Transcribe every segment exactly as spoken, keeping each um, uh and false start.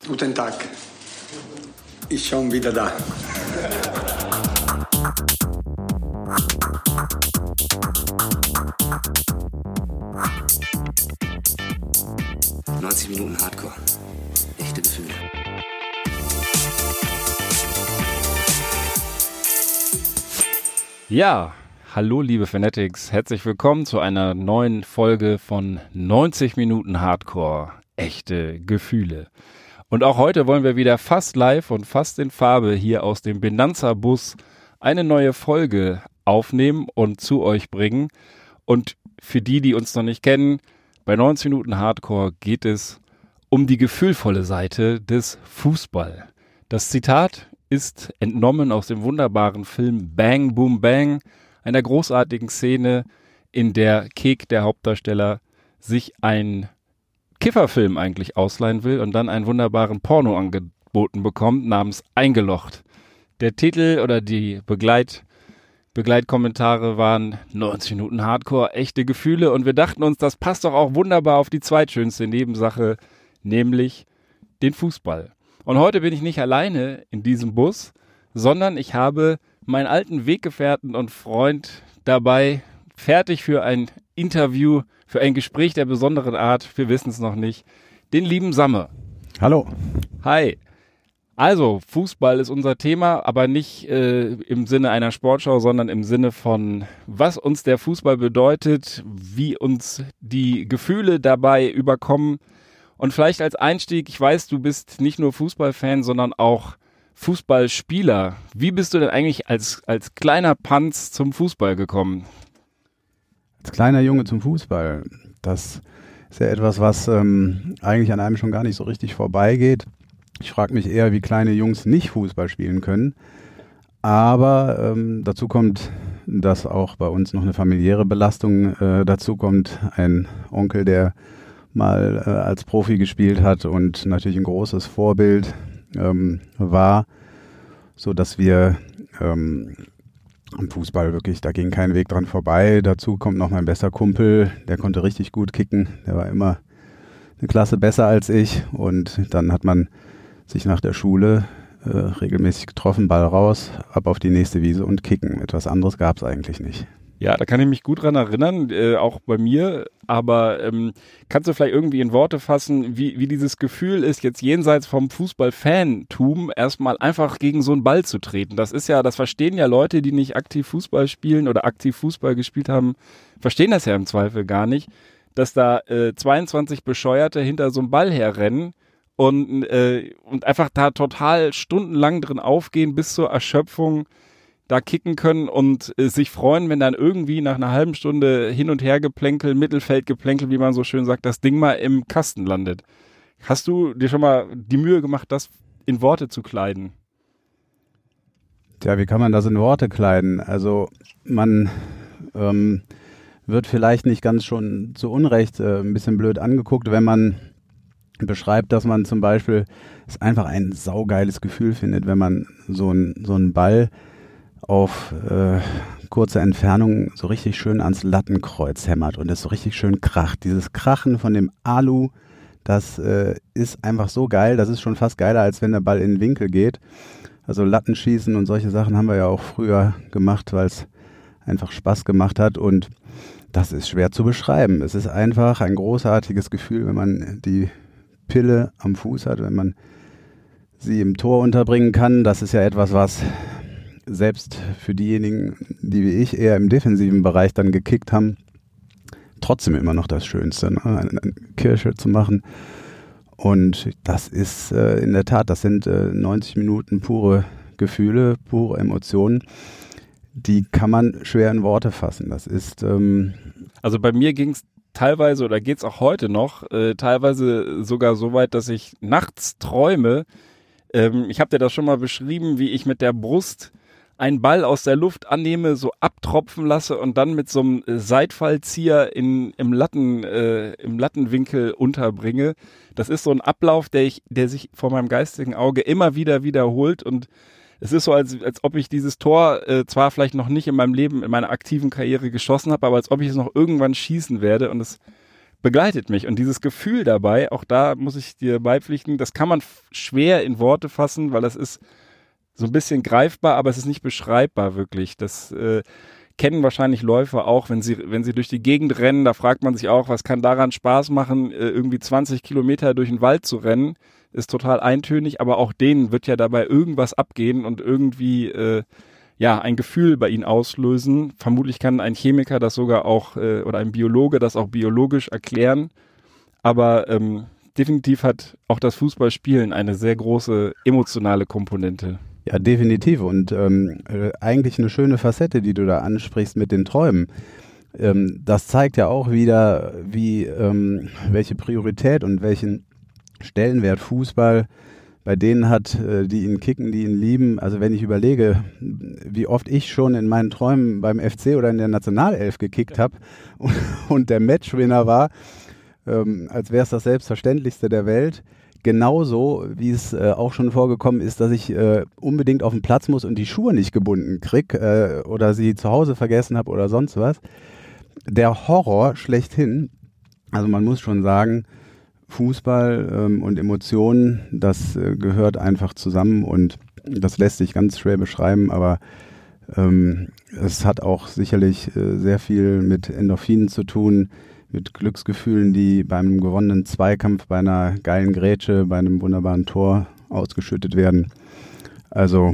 Guten Tag. Ich schon wieder da. neunzig Minuten Hardcore. Echte Gefühle. Ja, hallo liebe Fanatics. Herzlich willkommen zu einer neuen Folge von neunzig Minuten Hardcore. Echte Gefühle. Und auch heute wollen wir wieder fast live und fast in Farbe hier aus dem Benanza-Bus eine neue Folge aufnehmen und zu euch bringen. Und für die, die uns noch nicht kennen, bei neunzig Minuten Hardcore geht es um die gefühlvolle Seite des Fußball. Das Zitat ist entnommen aus dem wunderbaren Film Bang Boom Bang, einer großartigen Szene, in der Kek, der Hauptdarsteller, sich ein Kifferfilm eigentlich ausleihen will und dann einen wunderbaren Porno angeboten bekommt namens Eingelocht. Der Titel oder die Begleit, Begleitkommentare waren neunzig Minuten Hardcore, echte Gefühle, und wir dachten uns, das passt doch auch wunderbar auf die zweitschönste Nebensache, nämlich den Fußball. Und heute bin ich nicht alleine in diesem Bus, sondern ich habe meinen alten Weggefährten und Freund dabei, fertig für ein Interview, für ein Gespräch der besonderen Art, wir wissen es noch nicht, den lieben Samme. Hallo. Hi. Also, Fußball ist unser Thema, aber nicht äh, im Sinne einer Sportschau, sondern im Sinne von, was uns der Fußball bedeutet, wie uns die Gefühle dabei überkommen. Und vielleicht als Einstieg, ich weiß, du bist nicht nur Fußballfan, sondern auch Fußballspieler. Wie bist du denn eigentlich als, als kleiner Panz zum Fußball gekommen? Als kleiner Junge zum Fußball, das ist ja etwas, was ähm, eigentlich an einem schon gar nicht so richtig vorbeigeht. Ich frage mich eher, wie kleine Jungs nicht Fußball spielen können. Aber ähm, dazu kommt, dass auch bei uns noch eine familiäre Belastung äh, dazu kommt. Ein Onkel, der mal äh, als Profi gespielt hat und natürlich ein großes Vorbild ähm, war, so dass wir ähm, am Fußball wirklich, da ging kein Weg dran vorbei. Dazu kommt noch mein bester Kumpel, der konnte richtig gut kicken. Der war immer eine Klasse besser als ich. Und dann hat man sich nach der Schule äh, regelmäßig getroffen, Ball raus, ab auf die nächste Wiese und kicken. Etwas anderes gab es eigentlich nicht. Ja, da kann ich mich gut dran erinnern, äh, auch bei mir. Aber ähm, kannst du vielleicht irgendwie in Worte fassen, wie, wie dieses Gefühl ist, jetzt jenseits vom Fußball-Fantum erstmal einfach gegen so einen Ball zu treten? Das ist ja, das verstehen ja Leute, die nicht aktiv Fußball spielen oder aktiv Fußball gespielt haben, verstehen das ja im Zweifel gar nicht, dass da äh, zweiundzwanzig Bescheuerte hinter so einem Ball herrennen und, äh, und einfach da total stundenlang drin aufgehen bis zur Erschöpfung, da kicken können und äh, sich freuen, wenn dann irgendwie nach einer halben Stunde Hin- und Hergeplänkel, Mittelfeldgeplänkel, wie man so schön sagt, das Ding mal im Kasten landet. Hast du dir schon mal die Mühe gemacht, das in Worte zu kleiden? Tja, wie kann man das in Worte kleiden? Also man ähm, wird vielleicht nicht ganz schon zu Unrecht äh, ein bisschen blöd angeguckt, wenn man beschreibt, dass man zum Beispiel es einfach ein saugeiles Gefühl findet, wenn man so einen so einen Ball auf äh, kurze Entfernung so richtig schön ans Lattenkreuz hämmert und es so richtig schön kracht. Dieses Krachen von dem Alu, das äh, ist einfach so geil, das ist schon fast geiler, als wenn der Ball in den Winkel geht. Also Lattenschießen und solche Sachen haben wir ja auch früher gemacht, weil es einfach Spaß gemacht hat, und das ist schwer zu beschreiben. Es ist einfach ein großartiges Gefühl, wenn man die Pille am Fuß hat, wenn man sie im Tor unterbringen kann. Das ist ja etwas, was selbst für diejenigen, die wie ich eher im defensiven Bereich dann gekickt haben, trotzdem immer noch das Schönste, ne? eine, eine Kirsche zu machen. Und das ist äh, in der Tat, das sind äh, neunzig Minuten pure Gefühle, pure Emotionen, die kann man schwer in Worte fassen. Das ist ähm also bei mir ging es teilweise, oder geht es auch heute noch, äh, teilweise sogar so weit, dass ich nachts träume. Ähm, ich habe dir das schon mal beschrieben, wie ich mit der Brust einen Ball aus der Luft annehme, so abtropfen lasse und dann mit so einem Seitfallzieher in, im, Latten, äh, im Lattenwinkel unterbringe. Das ist so ein Ablauf, der, ich, der sich vor meinem geistigen Auge immer wieder wiederholt, und es ist so, als, als ob ich dieses Tor äh, zwar vielleicht noch nicht in meinem Leben, in meiner aktiven Karriere geschossen habe, aber als ob ich es noch irgendwann schießen werde, und es begleitet mich. Und dieses Gefühl dabei, auch da muss ich dir beipflichten, das kann man f- schwer in Worte fassen, weil das ist so ein bisschen greifbar, aber es ist nicht beschreibbar wirklich. Das äh, kennen wahrscheinlich Läufer auch, wenn sie, wenn sie durch die Gegend rennen, da fragt man sich auch, was kann daran Spaß machen, äh, irgendwie zwanzig Kilometer durch den Wald zu rennen, ist total eintönig, aber auch denen wird ja dabei irgendwas abgehen und irgendwie äh, ja ein Gefühl bei ihnen auslösen. Vermutlich kann ein Chemiker das sogar auch äh, oder ein Biologe das auch biologisch erklären, aber ähm, definitiv hat auch das Fußballspielen eine sehr große emotionale Komponente. Ja, definitiv. Und ähm, äh, eigentlich eine schöne Facette, die du da ansprichst mit den Träumen. Ähm, das zeigt ja auch wieder, wie ähm, welche Priorität und welchen Stellenwert Fußball bei denen hat, äh, die ihn kicken, die ihn lieben. Also wenn ich überlege, wie oft ich schon in meinen Träumen beim F C oder in der Nationalelf gekickt habe und, und der Matchwinner war, ähm, als wäre es das Selbstverständlichste der Welt. Genauso, wie es äh, auch schon vorgekommen ist, dass ich äh, unbedingt auf den Platz muss und die Schuhe nicht gebunden kriege äh, oder sie zu Hause vergessen habe oder sonst was. Der Horror schlechthin, also man muss schon sagen, Fußball ähm, und Emotionen, das äh, gehört einfach zusammen und das lässt sich ganz schwer beschreiben, aber ähm, es hat auch sicherlich äh, sehr viel mit Endorphinen zu tun, mit Glücksgefühlen, die beim gewonnenen Zweikampf, bei einer geilen Grätsche, bei einem wunderbaren Tor ausgeschüttet werden. Also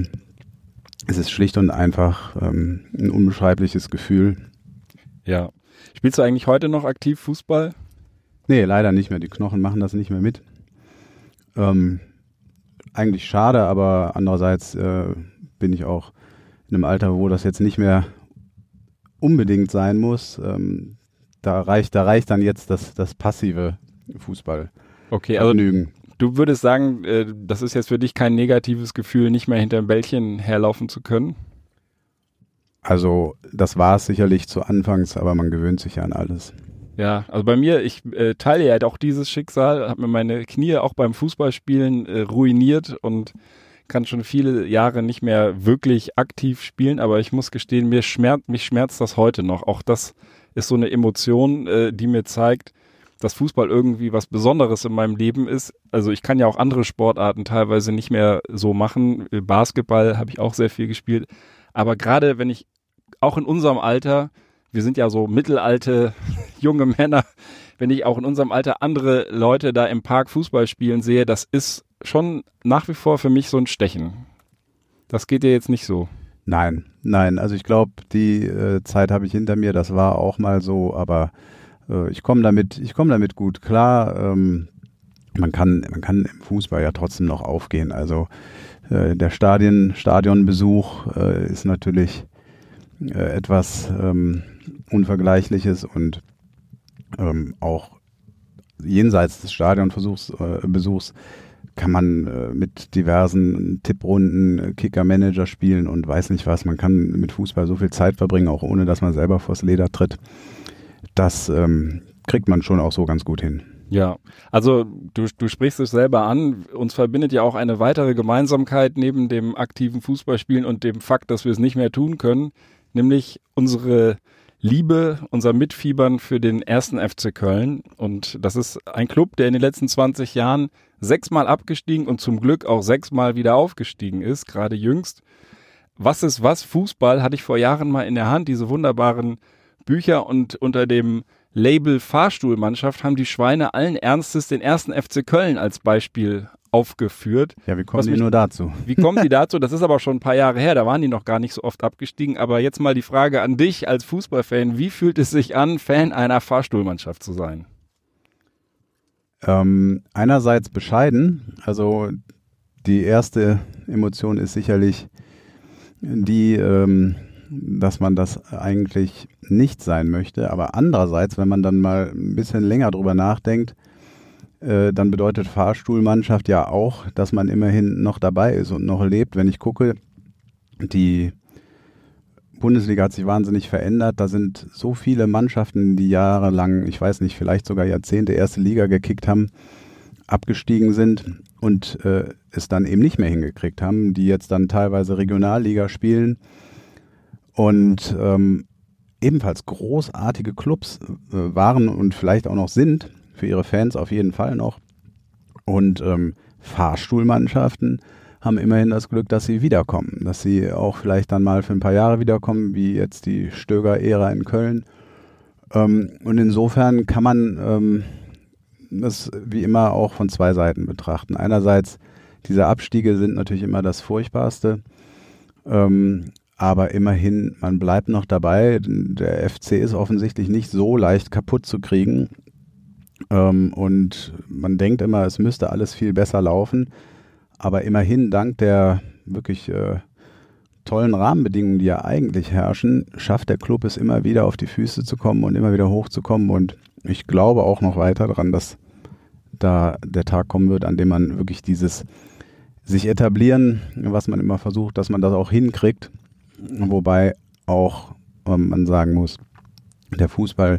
es ist schlicht und einfach ähm, ein unbeschreibliches Gefühl. Ja. Spielst du eigentlich heute noch aktiv Fußball? Nee, leider nicht mehr. Die Knochen machen das nicht mehr mit. Ähm, eigentlich schade, aber andererseits äh, bin ich auch in einem Alter, wo das jetzt nicht mehr unbedingt sein muss. Ähm, Da reicht, da reicht dann jetzt das, das passive Fußball. Okay, also du würdest sagen, äh, das ist jetzt für dich kein negatives Gefühl, nicht mehr hinter dem Bällchen herlaufen zu können? Also das war es sicherlich zu Anfangs, aber man gewöhnt sich ja an alles. Ja, also bei mir, ich äh, teile ja auch dieses Schicksal, habe mir meine Knie auch beim Fußballspielen äh, ruiniert und kann schon viele Jahre nicht mehr wirklich aktiv spielen, aber ich muss gestehen, mir schmerzt, mich schmerzt das heute noch. Auch das ist so eine Emotion, äh, die mir zeigt, dass Fußball irgendwie was Besonderes in meinem Leben ist. Also ich kann ja auch andere Sportarten teilweise nicht mehr so machen. Basketball habe ich auch sehr viel gespielt. Aber gerade wenn ich auch in unserem Alter, wir sind ja so mittelalte junge Männer, wenn ich auch in unserem Alter andere Leute da im Park Fußball spielen sehe, das ist schon nach wie vor für mich so ein Stechen. Das geht dir jetzt nicht so. Nein, nein. Also ich glaube, die äh, Zeit habe ich hinter mir. Das war auch mal so, aber äh, ich komme damit, ich komme damit gut klar. Ähm, man kann, man kann im Fußball ja trotzdem noch aufgehen. Also äh, der Stadien, Stadionbesuch äh, ist natürlich äh, etwas ähm, Unvergleichliches und ähm, auch jenseits des Stadionbesuchs äh, Besuchs kann man äh, mit diversen Tipprunden, äh, Kicker-Manager spielen und weiß nicht was. Man kann mit Fußball so viel Zeit verbringen, auch ohne dass man selber vors Leder tritt. Das ähm, kriegt man schon auch so ganz gut hin. Ja, also du, du sprichst es selber an. Uns verbindet ja auch eine weitere Gemeinsamkeit neben dem aktiven Fußballspielen und dem Fakt, dass wir es nicht mehr tun können, nämlich unsere Liebe, unser Mitfiebern für den ersten F C Köln. Und das ist ein Club, der in den letzten zwanzig Jahren sechsmal abgestiegen und zum Glück auch sechsmal wieder aufgestiegen ist, gerade jüngst. Was ist was? Fußball hatte ich vor Jahren mal in der Hand, diese wunderbaren Bücher, und unter dem Label Fahrstuhlmannschaft haben die Schweine allen Ernstes den ersten F C Köln als Beispiel aufgeführt. Ja, wie kommen Was die mich, nur dazu? Wie kommen die dazu? Das ist aber schon ein paar Jahre her, da waren die noch gar nicht so oft abgestiegen. Aber jetzt mal die Frage an dich als Fußballfan, wie fühlt es sich an, Fan einer Fahrstuhlmannschaft zu sein? Ähm, einerseits bescheiden, also die erste Emotion ist sicherlich die, ähm, dass man das eigentlich nicht sein möchte, aber andererseits, wenn man dann mal ein bisschen länger drüber nachdenkt, äh, dann bedeutet Fahrstuhlmannschaft ja auch, dass man immerhin noch dabei ist und noch lebt. Wenn ich gucke, die Bundesliga hat sich wahnsinnig verändert. Da sind so viele Mannschaften, die jahrelang, ich weiß nicht, vielleicht sogar Jahrzehnte erste Liga gekickt haben, abgestiegen sind und äh, es dann eben nicht mehr hingekriegt haben, die jetzt dann teilweise Regionalliga spielen. Und ähm, ebenfalls großartige Clubs äh, waren und vielleicht auch noch sind, für ihre Fans auf jeden Fall noch. Und ähm, Fahrstuhlmannschaften haben immerhin das Glück, dass sie wiederkommen, dass sie auch vielleicht dann mal für ein paar Jahre wiederkommen, wie jetzt die Stöger-Ära in Köln. Ähm, und insofern kann man ähm, das wie immer auch von zwei Seiten betrachten. Einerseits, diese Abstiege sind natürlich immer das Furchtbarste, ähm, aber immerhin, man bleibt noch dabei. Der F C ist offensichtlich nicht so leicht kaputt zu kriegen. Ähm, und man denkt immer, es müsste alles viel besser laufen. Aber immerhin, dank der wirklich äh, tollen Rahmenbedingungen, die ja eigentlich herrschen, schafft der Club es immer wieder auf die Füße zu kommen und immer wieder hochzukommen. Und ich glaube auch noch weiter daran, dass da der Tag kommen wird, an dem man wirklich dieses sich etablieren, was man immer versucht, dass man das auch hinkriegt. Wobei auch ähm, man sagen muss, der Fußball,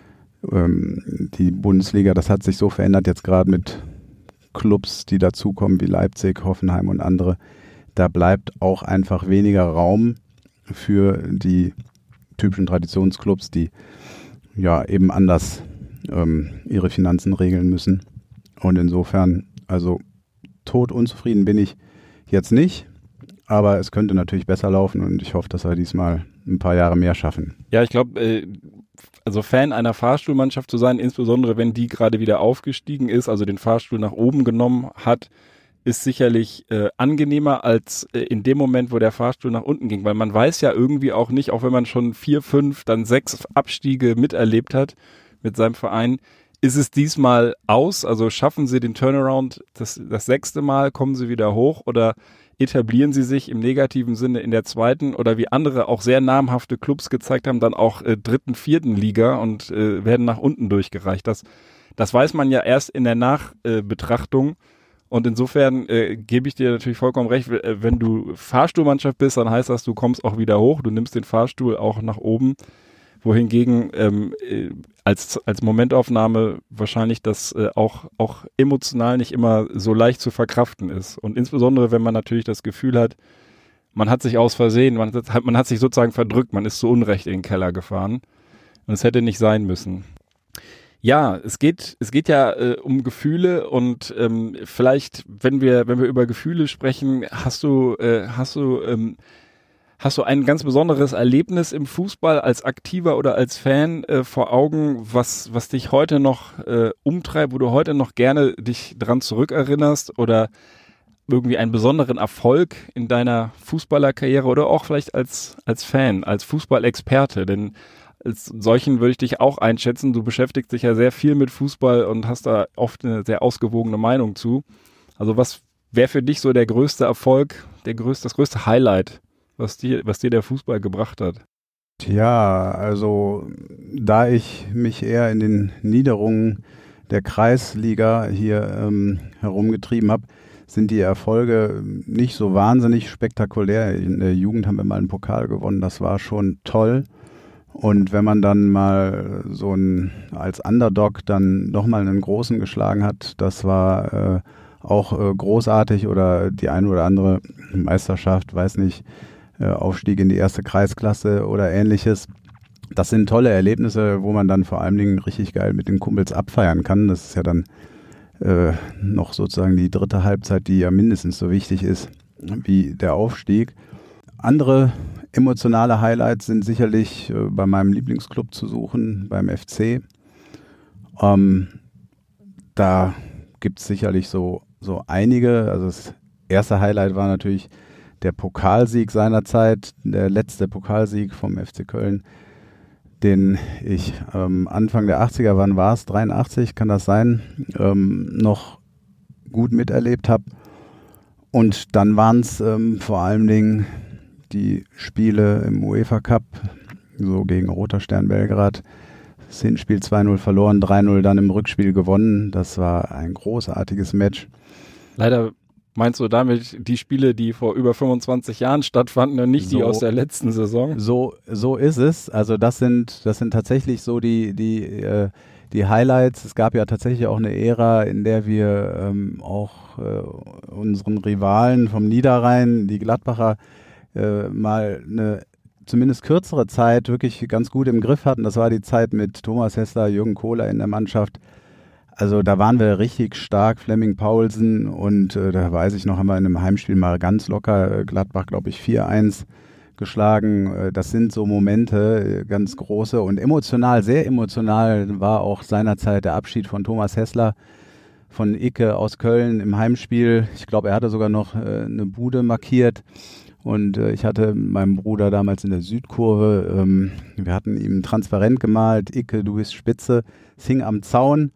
ähm, die Bundesliga, das hat sich so verändert jetzt gerade mit Clubs, die dazukommen wie Leipzig, Hoffenheim und andere. Da bleibt auch einfach weniger Raum für die typischen Traditionsclubs, die ja eben anders ähm, ihre Finanzen regeln müssen. Und insofern, also todunzufrieden bin ich jetzt nicht, aber es könnte natürlich besser laufen und ich hoffe, dass wir diesmal ein paar Jahre mehr schaffen. Ja, ich glaube, äh, also Fan einer Fahrstuhlmannschaft zu sein, insbesondere wenn die gerade wieder aufgestiegen ist, also den Fahrstuhl nach oben genommen hat, ist sicherlich äh, angenehmer als äh, in dem Moment, wo der Fahrstuhl nach unten ging, weil man weiß ja irgendwie auch nicht, auch wenn man schon vier, fünf, dann sechs Abstiege miterlebt hat mit seinem Verein, ist es diesmal aus, also schaffen sie den Turnaround das, das sechste Mal, kommen sie wieder hoch oder etablieren sie sich im negativen Sinne in der zweiten oder wie andere auch sehr namhafte Clubs gezeigt haben, dann auch äh, dritten, vierten Liga und äh, werden nach unten durchgereicht. Das, das weiß man ja erst in der Nachbetrachtung. Äh, und insofern äh, gebe ich dir natürlich vollkommen recht, wenn du Fahrstuhlmannschaft bist, dann heißt das, du kommst auch wieder hoch, du nimmst den Fahrstuhl auch nach oben. Wohingegen ähm, äh, als, als Momentaufnahme wahrscheinlich das äh, auch, auch emotional nicht immer so leicht zu verkraften ist. Und insbesondere, wenn man natürlich das Gefühl hat, man hat sich aus Versehen, man hat, man hat sich sozusagen verdrückt, man ist zu Unrecht in den Keller gefahren. Und es hätte nicht sein müssen. Ja, es geht, es geht ja äh, um Gefühle und ähm, vielleicht, wenn wir, wenn wir über Gefühle sprechen, hast du, äh, hast du, ähm, Hast du ein ganz besonderes Erlebnis im Fußball als Aktiver oder als Fan äh, vor Augen, was, was dich heute noch äh, umtreibt, wo du heute noch gerne dich dran zurückerinnerst oder irgendwie einen besonderen Erfolg in deiner Fußballerkarriere oder auch vielleicht als, als Fan, als Fußballexperte? Denn als solchen würde ich dich auch einschätzen. Du beschäftigst dich ja sehr viel mit Fußball und hast da oft eine sehr ausgewogene Meinung zu. Also was wäre für dich so der größte Erfolg, der größte, das größte Highlight, was dir, was dir der Fußball gebracht hat? Tja, also da ich mich eher in den Niederungen der Kreisliga hier ähm, herumgetrieben habe, sind die Erfolge nicht so wahnsinnig spektakulär. In der Jugend haben wir mal einen Pokal gewonnen, das war schon toll. Und wenn man dann mal so ein, als Underdog dann nochmal einen Großen geschlagen hat, das war äh, auch äh, großartig oder die eine oder andere Meisterschaft, weiß nicht, Aufstieg in die erste Kreisklasse oder ähnliches. Das sind tolle Erlebnisse, wo man dann vor allen Dingen richtig geil mit den Kumpels abfeiern kann. Das ist ja dann äh, noch sozusagen die dritte Halbzeit, die ja mindestens so wichtig ist wie der Aufstieg. Andere emotionale Highlights sind sicherlich äh, bei meinem Lieblingsclub zu suchen, beim F C. Ähm, da gibt es sicherlich so, so einige. Also das erste Highlight war natürlich der Pokalsieg seinerzeit, der letzte Pokalsieg vom F C Köln, den ich ähm, Anfang der achtziger, wann war es, dreiundachtzig, kann das sein, ähm, noch gut miterlebt habe. Und dann waren es ähm, vor allen Dingen die Spiele im UEFA Cup, so gegen Roter Stern Belgrad. Das Hinspiel zwei null verloren, drei null dann im Rückspiel gewonnen. Das war ein großartiges Match. Leider meinst du damit die Spiele, die vor über fünfundzwanzig Jahren stattfanden und nicht so, die aus der letzten Saison? So, so ist es. Also das sind, das sind tatsächlich so die, die, äh, die Highlights. Es gab ja tatsächlich auch eine Ära, in der wir ähm, auch äh, unseren Rivalen vom Niederrhein, die Gladbacher, äh, mal eine zumindest kürzere Zeit wirklich ganz gut im Griff hatten. Das war die Zeit mit Thomas Hässler, Jürgen Kohler in der Mannschaft. Also da waren wir richtig stark, Flemming Paulsen, und äh, da weiß ich noch, haben wir in einem Heimspiel mal ganz locker äh, Gladbach, glaube ich, vier eins geschlagen. Äh, das sind so Momente, äh, ganz große und emotional, sehr emotional war auch seinerzeit der Abschied von Thomas Hässler von Icke aus Köln im Heimspiel. Ich glaube, er hatte sogar noch äh, eine Bude markiert. Und äh, ich hatte meinem Bruder damals in der Südkurve, ähm, wir hatten ihm transparent gemalt, Icke, du bist Spitze, es hing am Zaun.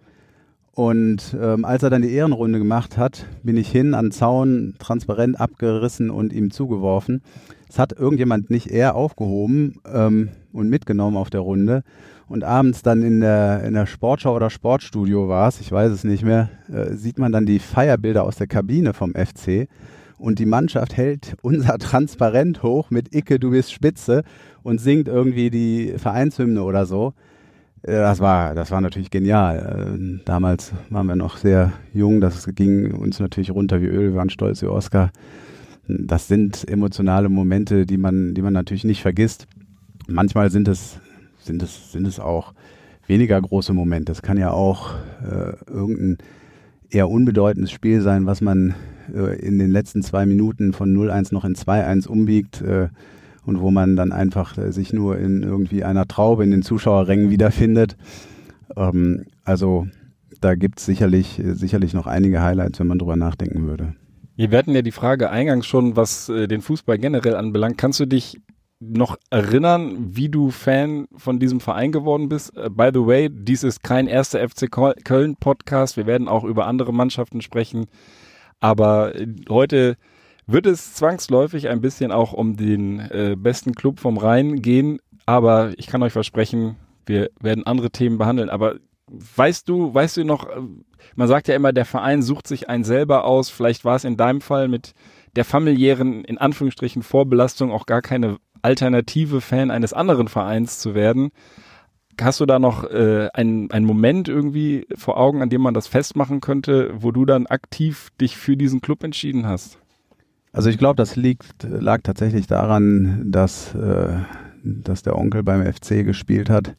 Und ähm, als er dann die Ehrenrunde gemacht hat, bin ich hin an den Zaun, transparent abgerissen und ihm zugeworfen. Es hat irgendjemand, nicht er, aufgehoben ähm, und mitgenommen auf der Runde. Und abends dann in der, in der Sportschau oder Sportstudio war es, ich weiß es nicht mehr, äh, sieht man dann die Feierbilder aus der Kabine vom F C. Und die Mannschaft hält unser Transparent hoch mit Icke, du bist Spitze, und singt irgendwie die Vereinshymne oder so. Das war, das war natürlich genial. Damals waren wir noch sehr jung, das ging uns natürlich runter wie Öl, wir waren stolz wie Oscar. Das sind emotionale Momente, die man, die man natürlich nicht vergisst. Manchmal sind es, sind es, sind es auch weniger große Momente. Es kann ja auch äh, irgendein eher unbedeutendes Spiel sein, was man äh, in den letzten zwei Minuten von null eins noch in zwei eins umbiegt, äh, und wo man dann einfach äh, sich nur in irgendwie einer Traube in den Zuschauerrängen wiederfindet. Ähm, also da gibt es sicherlich, sicherlich noch einige Highlights, wenn man drüber nachdenken würde. Wir hatten ja die Frage eingangs schon, was äh, den Fußball generell anbelangt. Kannst du dich noch erinnern, wie du Fan von diesem Verein geworden bist? Uh, by the way, dies ist kein erster F C Köln-Podcast. Wir werden auch über andere Mannschaften sprechen. Aber äh, heute wird es zwangsläufig ein bisschen auch um den äh, besten Club vom Rhein gehen. Aber ich kann euch versprechen, wir werden andere Themen behandeln. Aber weißt du, weißt du noch, man sagt ja immer, der Verein sucht sich einen selber aus. Vielleicht war es in deinem Fall mit der familiären, in Anführungsstrichen, Vorbelastung auch gar keine alternative Fan eines anderen Vereins zu werden. Hast du da noch äh, einen, einen Moment irgendwie vor Augen, an dem man das festmachen könnte, wo du dann aktiv dich für diesen Club entschieden hast? Also ich glaube, das liegt, lag tatsächlich daran, dass, äh, dass der Onkel beim F C gespielt hat.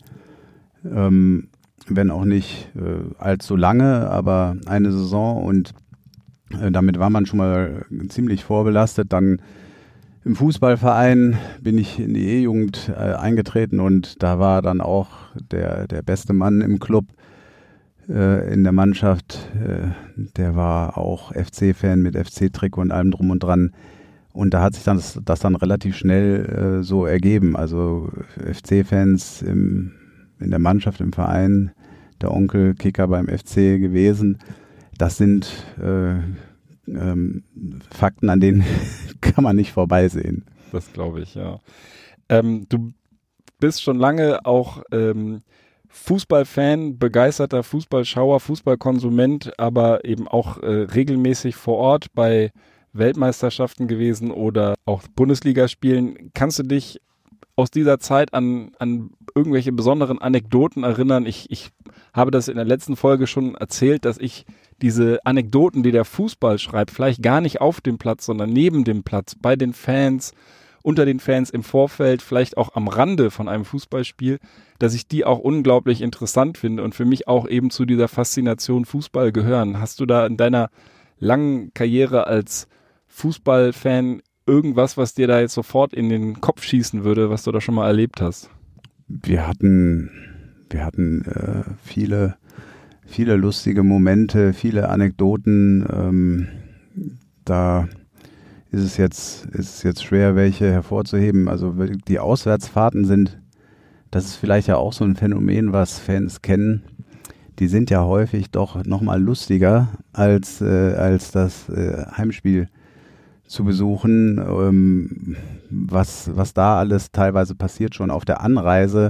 Ähm, wenn auch nicht äh, allzu lange, aber eine Saison, und äh, damit war man schon mal ziemlich vorbelastet. Dann im Fußballverein bin ich in die E-Jugend äh, eingetreten, und da war dann auch der, der beste Mann im Club, äh, in der Mannschaft, äh, der war auch F C-Fan mit F C-Trikot und allem drum und dran. Und da hat sich dann das, das dann relativ schnell äh, so ergeben. Also F C-Fans im, in der Mannschaft, im Verein, der Onkel Kicker beim F C gewesen. Das sind äh, ähm, Fakten, an denen kann man nicht vorbeisehen. Das glaube ich, ja. Ähm, du bist schon lange auch ähm, Fußballfan, begeisterter Fußballschauer, Fußballkonsument, aber eben auch äh, regelmäßig vor Ort bei Weltmeisterschaften gewesen oder auch Bundesligaspielen. Kannst du dich aus dieser Zeit an, an irgendwelche besonderen Anekdoten erinnern? Ich, ich habe das in der letzten Folge schon erzählt, dass ich diese Anekdoten, die der Fußball schreibt, vielleicht gar nicht auf dem Platz, sondern neben dem Platz, bei den Fans, unter den Fans im Vorfeld, vielleicht auch am Rande von einem Fußballspiel, dass ich die auch unglaublich interessant finde und für mich auch eben zu dieser Faszination Fußball gehören. Hast du da in deiner langen Karriere als Fußballfan irgendwas, was dir da jetzt sofort in den Kopf schießen würde, was du da schon mal erlebt hast? Wir hatten, wir hatten äh, viele, viele lustige Momente, viele Anekdoten. Ähm, da ist es jetzt, ist es jetzt schwer, welche hervorzuheben. Also die Auswärtsfahrten sind, das ist vielleicht ja auch so ein Phänomen, was Fans kennen. Die sind ja häufig doch nochmal lustiger als, äh, als das äh, Heimspiel zu besuchen, ähm, was, was da alles teilweise passiert schon auf der Anreise.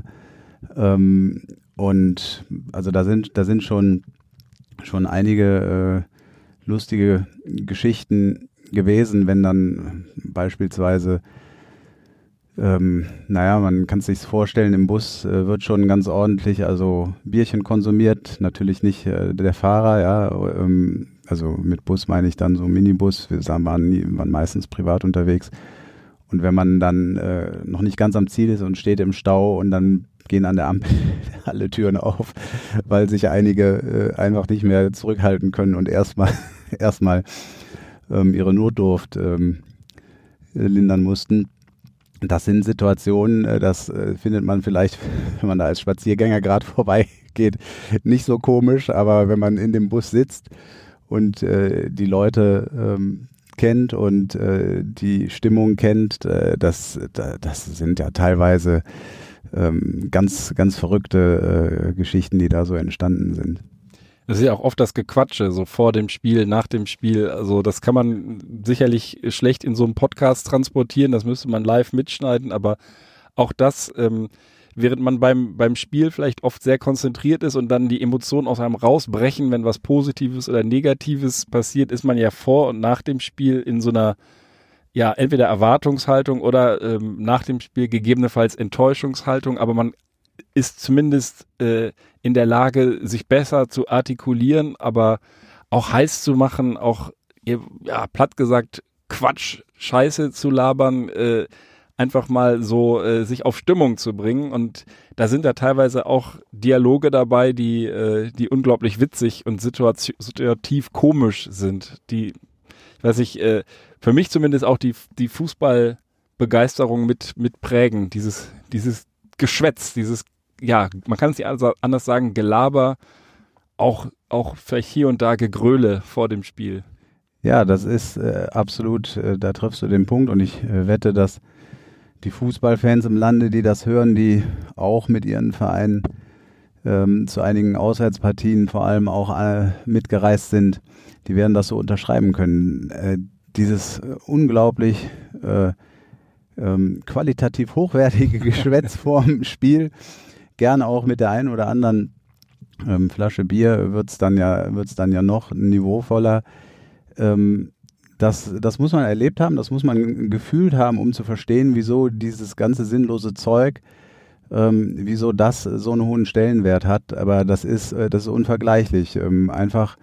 Ähm, und also da sind, da sind schon, schon einige äh, lustige Geschichten gewesen, wenn dann beispielsweise, ähm, naja, man kann es sich vorstellen, im Bus äh, wird schon ganz ordentlich, also Bierchen konsumiert, natürlich nicht äh, der Fahrer, ja, ähm, also mit Bus meine ich dann so Minibus, wir waren, nie, waren meistens privat unterwegs, Und wenn man dann äh, noch nicht ganz am Ziel ist und steht im Stau und dann gehen an der Ampel alle Türen auf, weil sich einige äh, einfach nicht mehr zurückhalten können und erstmal erstmal ähm, ihre Notdurft ähm, lindern mussten. Das sind Situationen, äh, das äh, findet man vielleicht, wenn man da als Spaziergänger gerade vorbeigeht, nicht so komisch, aber wenn man in dem Bus sitzt und äh, die Leute ähm, kennt und äh, die Stimmung kennt, äh, das, das sind ja teilweise ähm, ganz, ganz verrückte äh, Geschichten, die da so entstanden sind. Das ist ja auch oft das Gequatsche, so vor dem Spiel, nach dem Spiel. Also das kann man sicherlich schlecht in so einem Podcast transportieren, das müsste man live mitschneiden, aber auch das, ähm, während man beim, beim Spiel vielleicht oft sehr konzentriert ist und dann die Emotionen aus einem rausbrechen, wenn was Positives oder Negatives passiert, ist man ja vor und nach dem Spiel in so einer, ja, entweder Erwartungshaltung oder ähm, nach dem Spiel gegebenenfalls Enttäuschungshaltung, aber man ist zumindest äh, in der Lage, sich besser zu artikulieren, aber auch heiß zu machen, auch, ja, platt gesagt, Quatsch, Scheiße zu labern, äh, einfach mal so äh, sich auf Stimmung zu bringen. Und da sind da teilweise auch Dialoge dabei, die, äh, die unglaublich witzig und situati- situativ komisch sind. Die, ich weiß nicht, äh, für mich zumindest auch die, die Fußballbegeisterung mit, mit prägen. Dieses, dieses Geschwätz, dieses, ja, man kann es nicht anders sagen, Gelaber, auch, auch vielleicht hier und da Gegröle vor dem Spiel. Ja, das ist äh, absolut, äh, da triffst du den Punkt und ich äh, wette, dass die Fußballfans im Lande, die das hören, die auch mit ihren Vereinen ähm, zu einigen Auswärtspartien vor allem auch äh, mitgereist sind, die werden das so unterschreiben können. Äh, dieses äh, unglaublich äh, ähm, qualitativ hochwertige Geschwätz vorm Spiel, gerne auch mit der einen oder anderen ähm, Flasche Bier wird's dann ja, wird's dann ja noch niveauvoller. Ähm, Das, das muss man erlebt haben, das muss man gefühlt haben, um zu verstehen, wieso dieses ganze sinnlose Zeug, ähm, wieso das so einen hohen Stellenwert hat. Aber das ist, äh, das ist unvergleichlich. Ähm, einfach,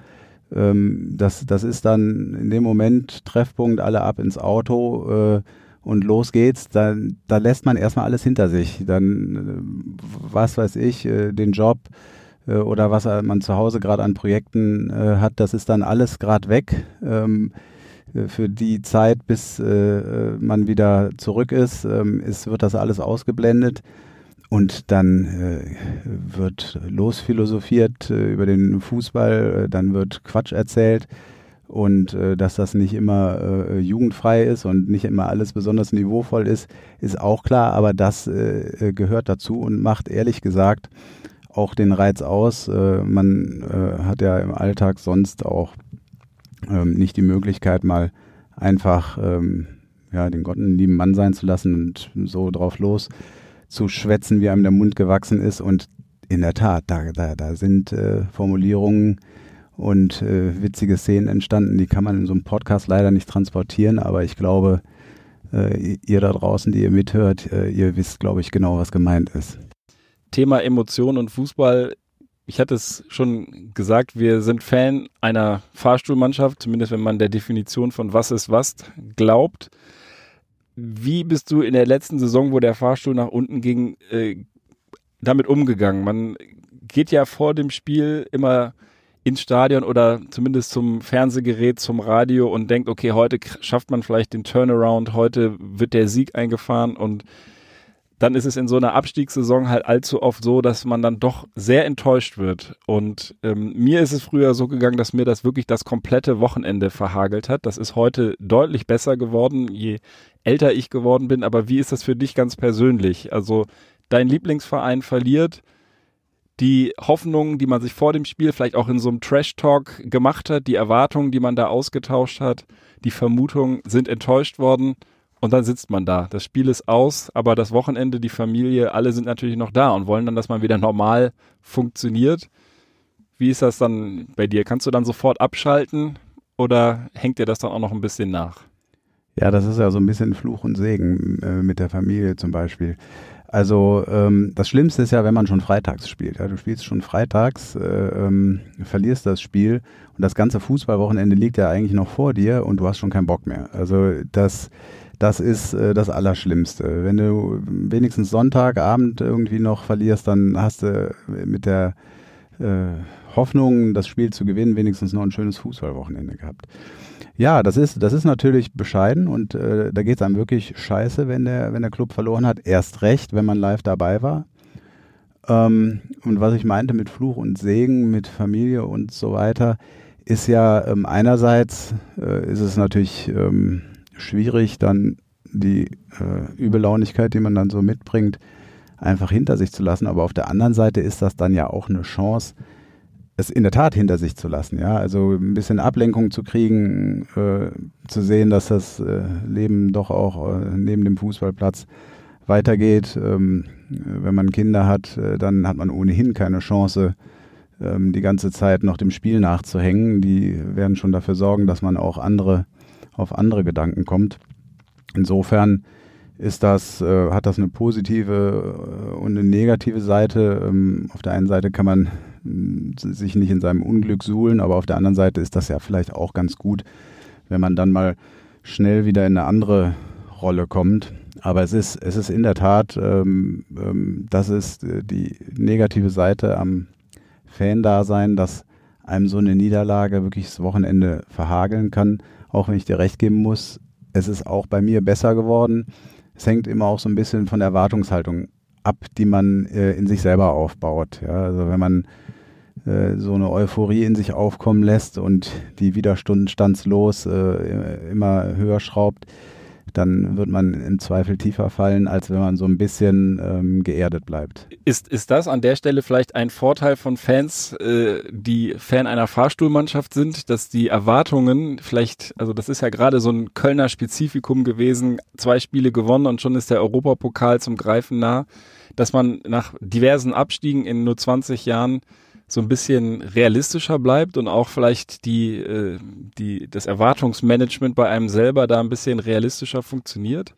ähm, das, das ist dann in dem Moment Treffpunkt, alle ab ins Auto äh, und los geht's. Da, da lässt man erstmal alles hinter sich. Dann, äh, was weiß ich, äh, den Job äh, oder was man zu Hause gerade an Projekten äh, hat, das ist dann alles gerade weg. Ähm, Für die Zeit, bis äh, man wieder zurück ist, ähm, ist, wird das alles ausgeblendet und dann äh, wird losphilosophiert äh, über den Fußball, äh, dann wird Quatsch erzählt und äh, dass das nicht immer äh, jugendfrei ist und nicht immer alles besonders niveauvoll ist, ist auch klar, aber das äh, gehört dazu und macht ehrlich gesagt auch den Reiz aus. Äh, man äh, hat ja im Alltag sonst auch Ähm, nicht die Möglichkeit, mal einfach ähm, ja, den Gott einen lieben Mann sein zu lassen und so drauf los zu schwätzen, wie einem der Mund gewachsen ist. Und in der Tat, da, da, da sind äh, Formulierungen und äh, witzige Szenen entstanden, die kann man in so einem Podcast leider nicht transportieren, aber ich glaube, äh, ihr da draußen, die ihr mithört, äh, ihr wisst, glaube ich, genau, was gemeint ist. Thema Emotion und Fußball. Ich hatte es schon gesagt, wir sind Fan einer Fahrstuhlmannschaft, zumindest wenn man der Definition von was ist was glaubt. Wie bist du in der letzten Saison, wo der Fahrstuhl nach unten ging, äh, damit umgegangen? Man geht ja vor dem Spiel immer ins Stadion oder zumindest zum Fernsehgerät, zum Radio und denkt, okay, heute schafft man vielleicht den Turnaround, heute wird der Sieg eingefahren und dann ist es in so einer Abstiegssaison halt allzu oft so, dass man dann doch sehr enttäuscht wird. Und ähm, mir ist es früher so gegangen, dass mir das wirklich das komplette Wochenende verhagelt hat. Das ist heute deutlich besser geworden, je älter ich geworden bin. Aber wie ist das für dich ganz persönlich? Also dein Lieblingsverein verliert, die Hoffnungen, die man sich vor dem Spiel vielleicht auch in so einem Trash-Talk gemacht hat, die Erwartungen, die man da ausgetauscht hat, die Vermutungen sind enttäuscht worden. Und dann sitzt man da. Das Spiel ist aus, aber das Wochenende, die Familie, alle sind natürlich noch da und wollen dann, dass man wieder normal funktioniert. Wie ist das dann bei dir? Kannst du dann sofort abschalten oder hängt dir das dann auch noch ein bisschen nach? Ja, das ist ja so ein bisschen Fluch und Segen äh, mit der Familie zum Beispiel. Also ähm, das Schlimmste ist ja, wenn man schon freitags spielt. Ja, du spielst schon freitags, äh, ähm, verlierst das Spiel und das ganze Fußballwochenende liegt ja eigentlich noch vor dir und du hast schon keinen Bock mehr. Also das das ist äh, das Allerschlimmste. Wenn du wenigstens Sonntagabend irgendwie noch verlierst, dann hast du mit der äh, Hoffnung, das Spiel zu gewinnen, wenigstens noch ein schönes Fußballwochenende gehabt. Ja, das ist, das ist natürlich bescheiden und äh, da geht es einem wirklich scheiße, wenn der, wenn der Club verloren hat. Erst recht, wenn man live dabei war. Ähm, und was ich meinte mit Fluch und Segen, mit Familie und so weiter, ist ja ähm, einerseits äh, ist es natürlich ähm, schwierig, dann die äh, Übellaunigkeit, die man dann so mitbringt, einfach hinter sich zu lassen. Aber auf der anderen Seite ist das dann ja auch eine Chance, es in der Tat hinter sich zu lassen. Ja, also ein bisschen Ablenkung zu kriegen, äh, zu sehen, dass das äh, Leben doch auch äh, neben dem Fußballplatz weitergeht. Ähm, wenn man Kinder hat, äh, dann hat man ohnehin keine Chance, ähm, die ganze Zeit noch dem Spiel nachzuhängen. Die werden schon dafür sorgen, dass man auch andere auf andere Gedanken kommt. Insofern ist das, äh, hat das eine positive und eine negative Seite. Ähm, auf der einen Seite kann man sich nicht in seinem Unglück suhlen, aber auf der anderen Seite ist das ja vielleicht auch ganz gut, wenn man dann mal schnell wieder in eine andere Rolle kommt. Aber es ist, es ist in der Tat, ähm, ähm, das ist die negative Seite am Fan-Dasein, dass einem so eine Niederlage wirklich das Wochenende verhageln kann, auch wenn ich dir recht geben muss, es ist auch bei mir besser geworden. Es hängt immer auch so ein bisschen von der Erwartungshaltung ab, die man äh, in sich selber aufbaut. Ja, also wenn man äh, so eine Euphorie in sich aufkommen lässt und die widerstandslos äh, immer höher schraubt, dann wird man im Zweifel tiefer fallen, als wenn man so ein bisschen ähm, geerdet bleibt. Ist, ist das an der Stelle vielleicht ein Vorteil von Fans, äh, die Fan einer Fahrstuhlmannschaft sind, dass die Erwartungen vielleicht, also das ist ja gerade so ein Kölner Spezifikum gewesen, zwei Spiele gewonnen und schon ist der Europapokal zum Greifen nah, dass man nach diversen Abstiegen in nur zwanzig Jahren so ein bisschen realistischer bleibt und auch vielleicht die, äh, die, das Erwartungsmanagement bei einem selber da ein bisschen realistischer funktioniert?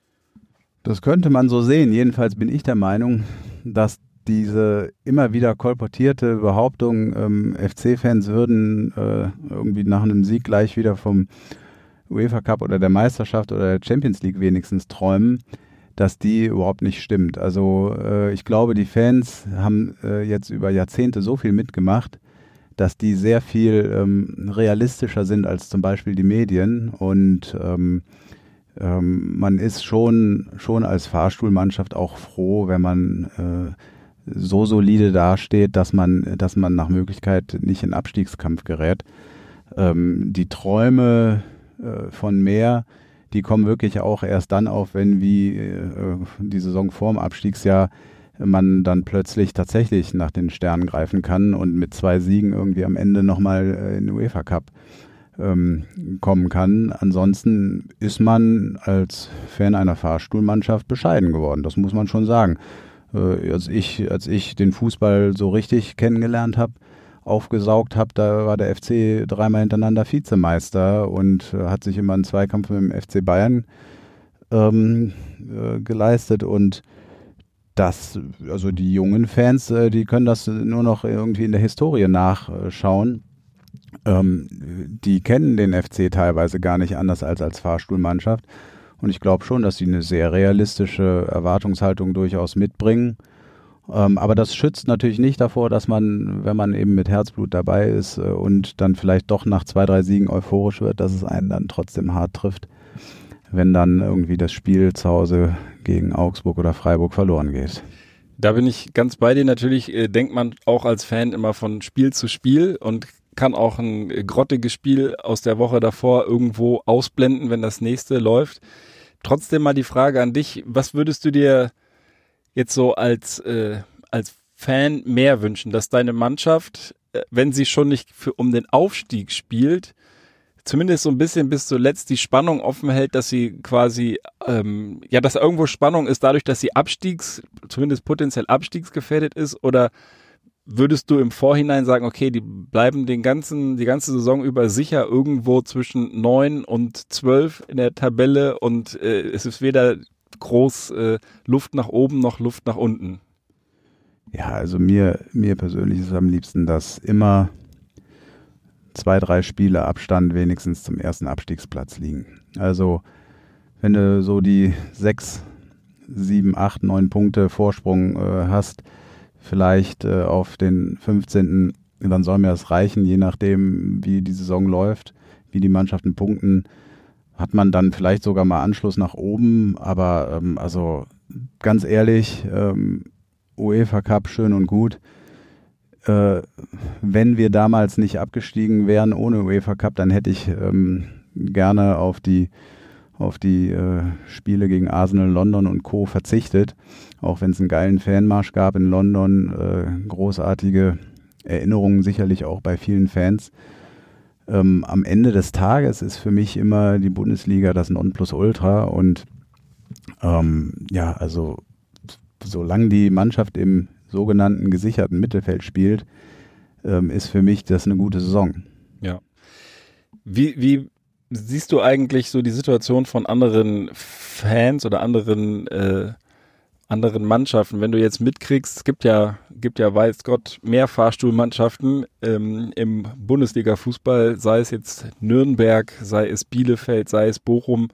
Das könnte man so sehen. Jedenfalls bin ich der Meinung, dass diese immer wieder kolportierte Behauptung, ähm, F C-Fans würden äh, irgendwie nach einem Sieg gleich wieder vom UEFA Cup oder der Meisterschaft oder der Champions League wenigstens träumen, dass die überhaupt nicht stimmt. Also äh, ich glaube, die Fans haben äh, jetzt über Jahrzehnte so viel mitgemacht, dass die sehr viel ähm, realistischer sind als zum Beispiel die Medien und ähm, ähm, man ist schon, schon als Fahrstuhlmannschaft auch froh, wenn man äh, so solide dasteht, dass man, dass man nach Möglichkeit nicht in Abstiegskampf gerät. Ähm, die Träume äh, von mehr, die kommen wirklich auch erst dann auf, wenn wie äh, die Saison vorm Abstiegsjahr man dann plötzlich tatsächlich nach den Sternen greifen kann und mit zwei Siegen irgendwie am Ende nochmal äh, in den UEFA Cup ähm, kommen kann. Ansonsten ist man als Fan einer Fahrstuhlmannschaft bescheiden geworden, das muss man schon sagen. Äh, als ich, als ich den Fußball so richtig kennengelernt habe, aufgesaugt habe, da war der F C dreimal hintereinander Vizemeister und äh, hat sich immer einen Zweikampf mit dem F C Bayern ähm, äh, geleistet und das, also die jungen Fans, äh, die können das nur noch irgendwie in der Historie nachschauen. Ähm, die kennen den F C teilweise gar nicht anders als als Fahrstuhlmannschaft und ich glaube schon, dass sie eine sehr realistische Erwartungshaltung durchaus mitbringen. Ähm, aber das schützt natürlich nicht davor, dass man, wenn man eben mit Herzblut dabei ist äh, und dann vielleicht doch nach zwei, drei Siegen euphorisch wird, dass es einen dann trotzdem hart trifft, wenn dann irgendwie das Spiel zu Hause gegen Augsburg oder Freiburg verloren geht. Da bin ich ganz bei dir. Natürlich äh, denkt man auch als Fan immer von Spiel zu Spiel und kann auch ein äh, grottiges Spiel aus der Woche davor irgendwo ausblenden, wenn das nächste läuft. Trotzdem mal die Frage an dich, was würdest du dir jetzt so als, äh, als Fan mehr wünschen, dass deine Mannschaft, äh, wenn sie schon nicht für, um den Aufstieg spielt, zumindest so ein bisschen bis zuletzt die Spannung offen hält, dass sie quasi, ähm, ja, dass irgendwo Spannung ist dadurch, dass sie abstiegs, zumindest potenziell abstiegsgefährdet ist, oder würdest du im Vorhinein sagen, okay, die bleiben den ganzen, die ganze Saison über sicher irgendwo zwischen neun und zwölf in der Tabelle und äh, es ist weder groß äh, Luft nach oben noch Luft nach unten? Ja, also mir, mir persönlich ist es am liebsten, dass immer zwei, drei Spiele Abstand wenigstens zum ersten Abstiegsplatz liegen. Also wenn du so die sechs, sieben, acht, neun Punkte Vorsprung äh, hast, vielleicht äh, auf den fünfzehnten dann soll mir das reichen, je nachdem, wie die Saison läuft, wie die Mannschaften punkten, hat man dann vielleicht sogar mal Anschluss nach oben, aber ähm, also ganz ehrlich, ähm, UEFA Cup schön und gut. Äh, wenn wir damals nicht abgestiegen wären ohne UEFA Cup, dann hätte ich ähm, gerne auf die auf die äh, Spiele gegen Arsenal, London und Co. verzichtet, auch wenn es einen geilen Fanmarsch gab in London, äh, großartige Erinnerungen sicherlich auch bei vielen Fans. Ähm, am Ende des Tages ist für mich immer die Bundesliga das Nonplusultra und ähm, ja, also solange die Mannschaft im sogenannten gesicherten Mittelfeld spielt, ähm, ist für mich das eine gute Saison. Ja. Wie, wie siehst du eigentlich so die Situation von anderen Fans oder anderen äh, anderen Mannschaften, wenn du jetzt mitkriegst, es gibt ja, gibt ja, weiß Gott, mehr Fahrstuhlmannschaften ähm, im Bundesliga-Fußball, sei es jetzt Nürnberg, sei es Bielefeld, sei es Bochum.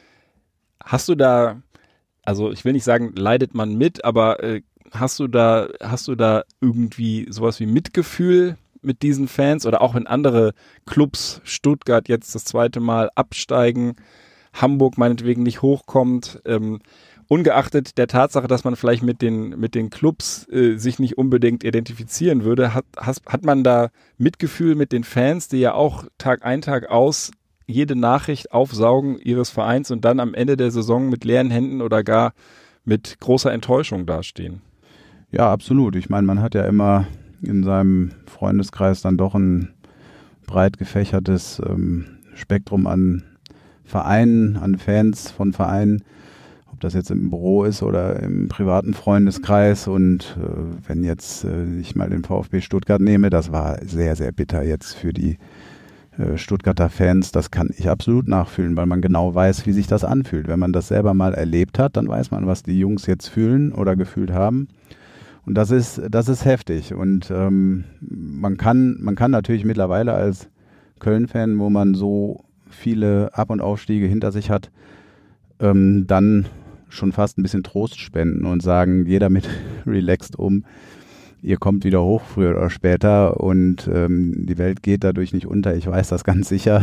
Hast du da, also ich will nicht sagen, leidet man mit, aber äh, hast du da, hast du da irgendwie sowas wie Mitgefühl mit diesen Fans oder auch wenn andere Clubs, Stuttgart jetzt das zweite Mal absteigen, Hamburg meinetwegen nicht hochkommt, ähm, ungeachtet der Tatsache, dass man vielleicht mit den, mit den Clubs äh, sich nicht unbedingt identifizieren würde, hat, has, hat man da Mitgefühl mit den Fans, die ja auch Tag ein, Tag aus jede Nachricht aufsaugen ihres Vereins und dann am Ende der Saison mit leeren Händen oder gar mit großer Enttäuschung dastehen? Ja, absolut. Ich meine, man hat ja immer in seinem Freundeskreis dann doch ein breit gefächertes ähm, Spektrum an Vereinen, an Fans von Vereinen, ob das jetzt im Büro ist oder im privaten Freundeskreis. Und äh, wenn jetzt äh, ich mal den VfB Stuttgart nehme, das war sehr, sehr bitter jetzt für die äh, Stuttgarter Fans. Das kann ich absolut nachfühlen, weil man genau weiß, wie sich das anfühlt. Wenn man das selber mal erlebt hat, dann weiß man, was die Jungs jetzt fühlen oder gefühlt haben. Und das ist, das ist heftig. Und ähm, man kann, man kann natürlich mittlerweile als Köln-Fan, wo man so viele Ab- und Aufstiege hinter sich hat, ähm, dann schon fast ein bisschen Trost spenden und sagen, jeder mit relaxed um, ihr kommt wieder hoch früher oder später und ähm, die Welt geht dadurch nicht unter, ich weiß das ganz sicher.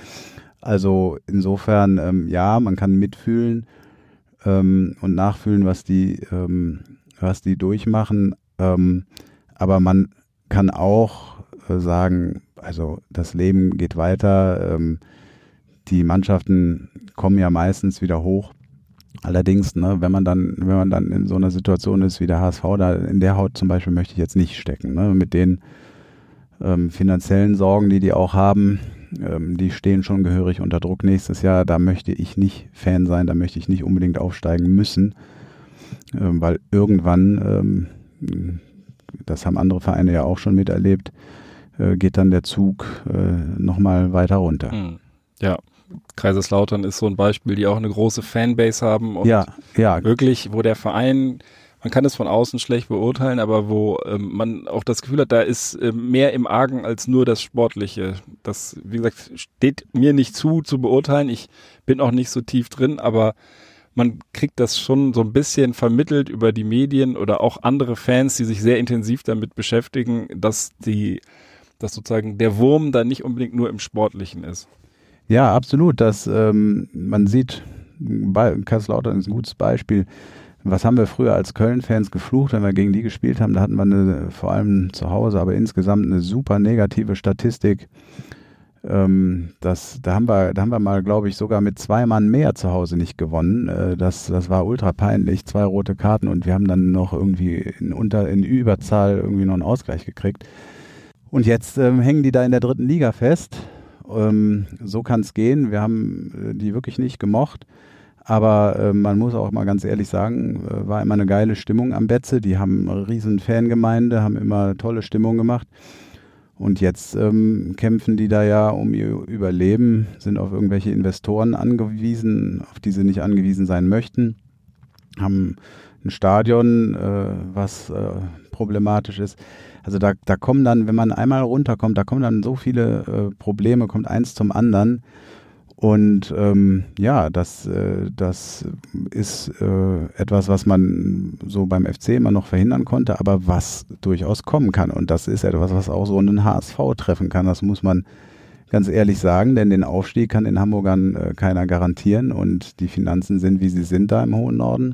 Also insofern, ähm, ja, man kann mitfühlen ähm, und nachfühlen, was die, ähm, was die durchmachen, ähm, aber man kann auch äh, sagen, also das Leben geht weiter, ähm, die Mannschaften kommen ja meistens wieder hoch. Allerdings, ne, wenn man dann, wenn man dann in so einer Situation ist wie der H S V, da in der Haut zum Beispiel möchte ich jetzt nicht stecken. Ne? Mit den ähm, finanziellen Sorgen, die die auch haben, ähm, die stehen schon gehörig unter Druck nächstes Jahr. Da möchte ich nicht Fan sein, da möchte ich nicht unbedingt aufsteigen müssen, ähm, weil irgendwann, ähm, das haben andere Vereine ja auch schon miterlebt, äh, geht dann der Zug äh, nochmal weiter runter. Hm. Ja. Kaiserslautern ist so ein Beispiel, die auch eine große Fanbase haben und ja, ja. wirklich, wo der Verein, man kann es von außen schlecht beurteilen, aber wo ähm, man auch das Gefühl hat, da ist äh, mehr im Argen als nur das Sportliche. Das, wie gesagt, steht mir nicht zu, zu beurteilen. Ich bin auch nicht so tief drin, aber man kriegt das schon so ein bisschen vermittelt über die Medien oder auch andere Fans, die sich sehr intensiv damit beschäftigen, dass die, dass sozusagen der Wurm da nicht unbedingt nur im Sportlichen ist. Ja, absolut. Das, ähm, man sieht, bei Kaiserslautern ist ein gutes Beispiel. Was haben wir früher als Köln-Fans geflucht, wenn wir gegen die gespielt haben? Da hatten wir eine, vor allem zu Hause, aber insgesamt eine super negative Statistik. Ähm, das, da haben wir, da haben wir mal, glaube ich, sogar mit zwei Mann mehr zu Hause nicht gewonnen. Äh, das, das war ultra peinlich. Zwei rote Karten und wir haben dann noch irgendwie in, unter, in Überzahl irgendwie noch einen Ausgleich gekriegt. Und jetzt ähm, hängen die da in der dritten Liga fest. Ähm, so kann es gehen. Wir haben äh, die wirklich nicht gemocht. Aber äh, man muss auch mal ganz ehrlich sagen, äh, war immer eine geile Stimmung am Betze. Die haben eine riesen Fangemeinde, haben immer tolle Stimmung gemacht. Und jetzt ähm, kämpfen die da ja um ihr Überleben, sind auf irgendwelche Investoren angewiesen, auf die sie nicht angewiesen sein möchten. Haben ein Stadion, äh, was äh, problematisch ist. Also da, da kommen dann, wenn man einmal runterkommt, da kommen dann so viele äh, Probleme, kommt eins zum anderen. Und ähm, ja, das, äh, das ist äh, etwas, was man so beim F C immer noch verhindern konnte, aber was durchaus kommen kann. Und das ist etwas, was auch so einen H S V treffen kann. Das muss man ganz ehrlich sagen, denn den Aufstieg kann den Hamburgern äh, keiner garantieren. Und die Finanzen sind, wie sie sind da im hohen Norden.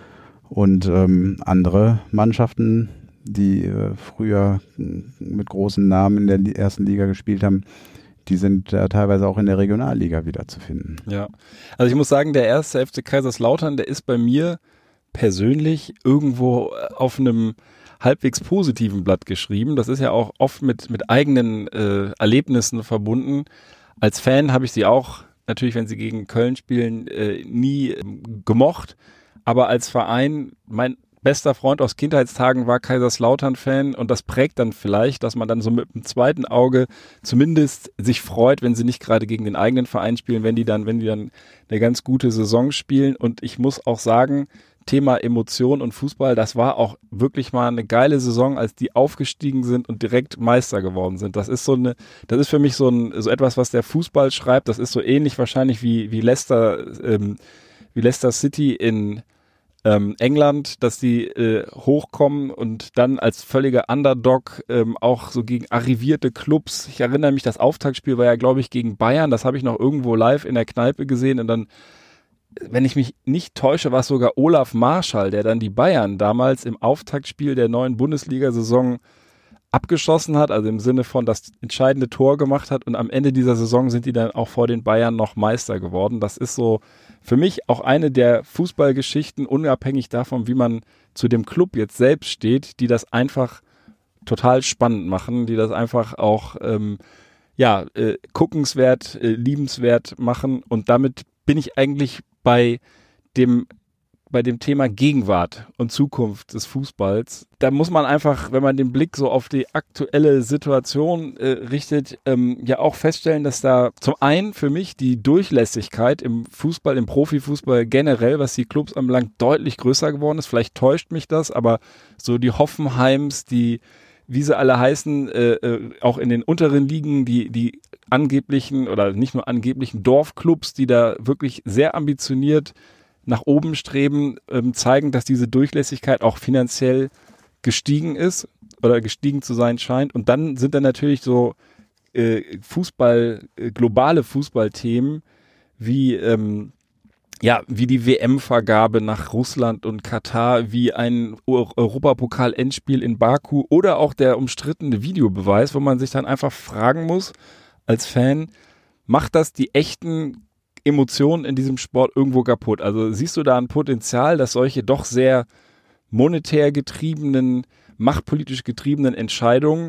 Und ähm, andere Mannschaften, die äh, früher mit großen Namen in der ersten Liga gespielt haben, die sind ja teilweise auch in der Regionalliga wiederzufinden. Ja, also ich muss sagen, der erste F C Kaiserslautern, der ist bei mir persönlich irgendwo auf einem halbwegs positiven Blatt geschrieben. Das ist ja auch oft mit, mit eigenen äh, Erlebnissen verbunden. Als Fan habe ich sie auch, natürlich, wenn sie gegen Köln spielen, äh, nie äh, gemocht. Aber als Verein, mein bester Freund aus Kindheitstagen war Kaiserslautern-Fan und das prägt dann vielleicht, dass man dann so mit dem zweiten Auge zumindest sich freut, wenn sie nicht gerade gegen den eigenen Verein spielen, wenn die dann, wenn die dann eine ganz gute Saison spielen. Und ich muss auch sagen, Thema Emotion und Fußball, das war auch wirklich mal eine geile Saison, als die aufgestiegen sind und direkt Meister geworden sind. Das ist so eine, das ist für mich so ein, so etwas, was der Fußball schreibt. Das ist so ähnlich wahrscheinlich wie, wie Leicester, ähm, wie Leicester City in Ähm, England, dass die äh, hochkommen und dann als völliger Underdog ähm, auch so gegen arrivierte Clubs. Ich erinnere mich, das Auftaktspiel war ja, glaube ich, gegen Bayern. Das habe ich noch irgendwo live in der Kneipe gesehen und dann, wenn ich mich nicht täusche, war es sogar Olaf Marschall, der dann die Bayern damals im Auftaktspiel der neuen Bundesliga-Saison abgeschossen hat, also im Sinne von das entscheidende Tor gemacht hat und am Ende dieser Saison sind die dann auch vor den Bayern noch Meister geworden. Das ist so für mich auch eine der Fußballgeschichten, unabhängig davon, wie man zu dem Club jetzt selbst steht, die das einfach total spannend machen, die das einfach auch ähm, ja äh, guckenswert, äh, liebenswert machen und damit bin ich eigentlich bei dem bei dem Thema Gegenwart und Zukunft des Fußballs. Da muss man einfach, wenn man den Blick so auf die aktuelle Situation äh, richtet, ähm, ja auch feststellen, dass da zum einen für mich die Durchlässigkeit im Fußball, im Profifußball generell, was die Clubs anbelangt, deutlich größer geworden ist. Vielleicht täuscht mich das, aber so die Hoffenheims, die, wie sie alle heißen, äh, äh, auch in den unteren Ligen, die, die angeblichen oder nicht nur angeblichen Dorfclubs, die da wirklich sehr ambitioniert nach oben streben, ähm, zeigen, dass diese Durchlässigkeit auch finanziell gestiegen ist oder gestiegen zu sein scheint. Und dann sind da natürlich so äh, Fußball, äh, globale Fußballthemen wie ähm, ja, wie die W M-Vergabe nach Russland und Katar, wie ein Europapokal-Endspiel in Baku oder auch der umstrittene Videobeweis, wo man sich dann einfach fragen muss als Fan, macht das die echten Emotionen in diesem Sport irgendwo kaputt? Also siehst du da ein Potenzial, dass solche doch sehr monetär getriebenen, machtpolitisch getriebenen Entscheidungen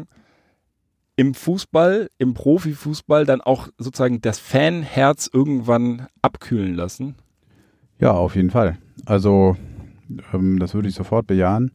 im Fußball, im Profifußball dann auch sozusagen das Fanherz irgendwann abkühlen lassen? Ja, auf jeden Fall. Also ähm, das würde ich sofort bejahen.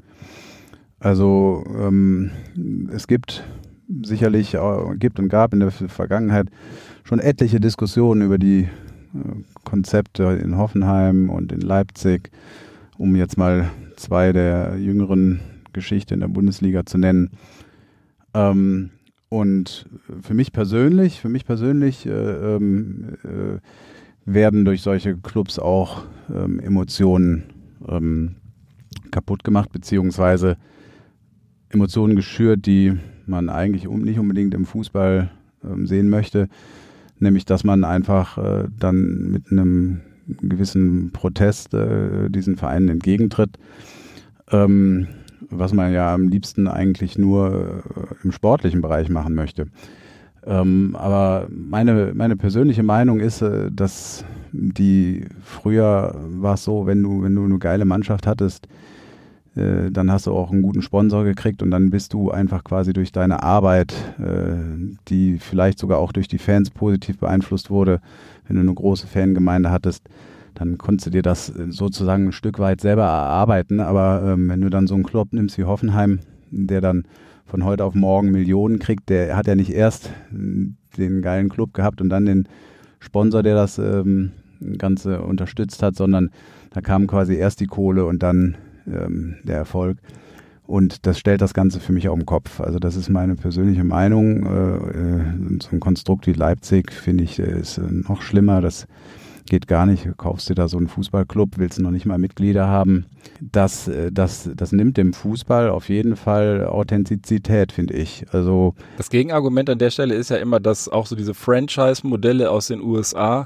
Also ähm, es gibt sicherlich, äh, gibt und gab in der Vergangenheit schon etliche Diskussionen über die Konzepte in Hoffenheim und in Leipzig, um jetzt mal zwei der jüngeren Geschichte in der Bundesliga zu nennen. Ähm, und für mich persönlich, für mich persönlich äh, äh, werden durch solche Clubs auch ähm, Emotionen ähm, kaputt gemacht, beziehungsweise Emotionen geschürt, die man eigentlich um, nicht unbedingt im Fußball ähm, sehen möchte. Nämlich, dass man einfach äh, dann mit einem gewissen Protest äh, diesen Vereinen entgegentritt, ähm, was man ja am liebsten eigentlich nur äh, im sportlichen Bereich machen möchte. Ähm, aber meine, meine persönliche Meinung ist, äh, dass die früher war es so, wenn du, wenn du eine geile Mannschaft hattest, äh, dann hast du auch einen guten Sponsor gekriegt und dann bist du einfach quasi durch deine Arbeit, äh, die vielleicht sogar auch durch die Fans positiv beeinflusst wurde, wenn du eine große Fangemeinde hattest, dann konntest du dir das sozusagen ein Stück weit selber erarbeiten. Aber ähm, wenn du dann so einen Club nimmst wie Hoffenheim, der dann von heute auf morgen Millionen kriegt, der hat ja nicht erst den geilen Club gehabt und dann den Sponsor, der das ähm, Ganze unterstützt hat, sondern da kam quasi erst die Kohle und dann ähm, der Erfolg. Und das stellt das Ganze für mich auf den Kopf. Also das ist meine persönliche Meinung. Äh, so ein Konstrukt wie Leipzig, finde ich, ist noch schlimmer. Das geht gar nicht. Du kaufst dir da so einen Fußballclub, willst noch nicht mal Mitglieder haben. Das, das, das nimmt dem Fußball auf jeden Fall Authentizität, finde ich. Also das Gegenargument an der Stelle ist ja immer, dass auch so diese Franchise-Modelle aus den U S A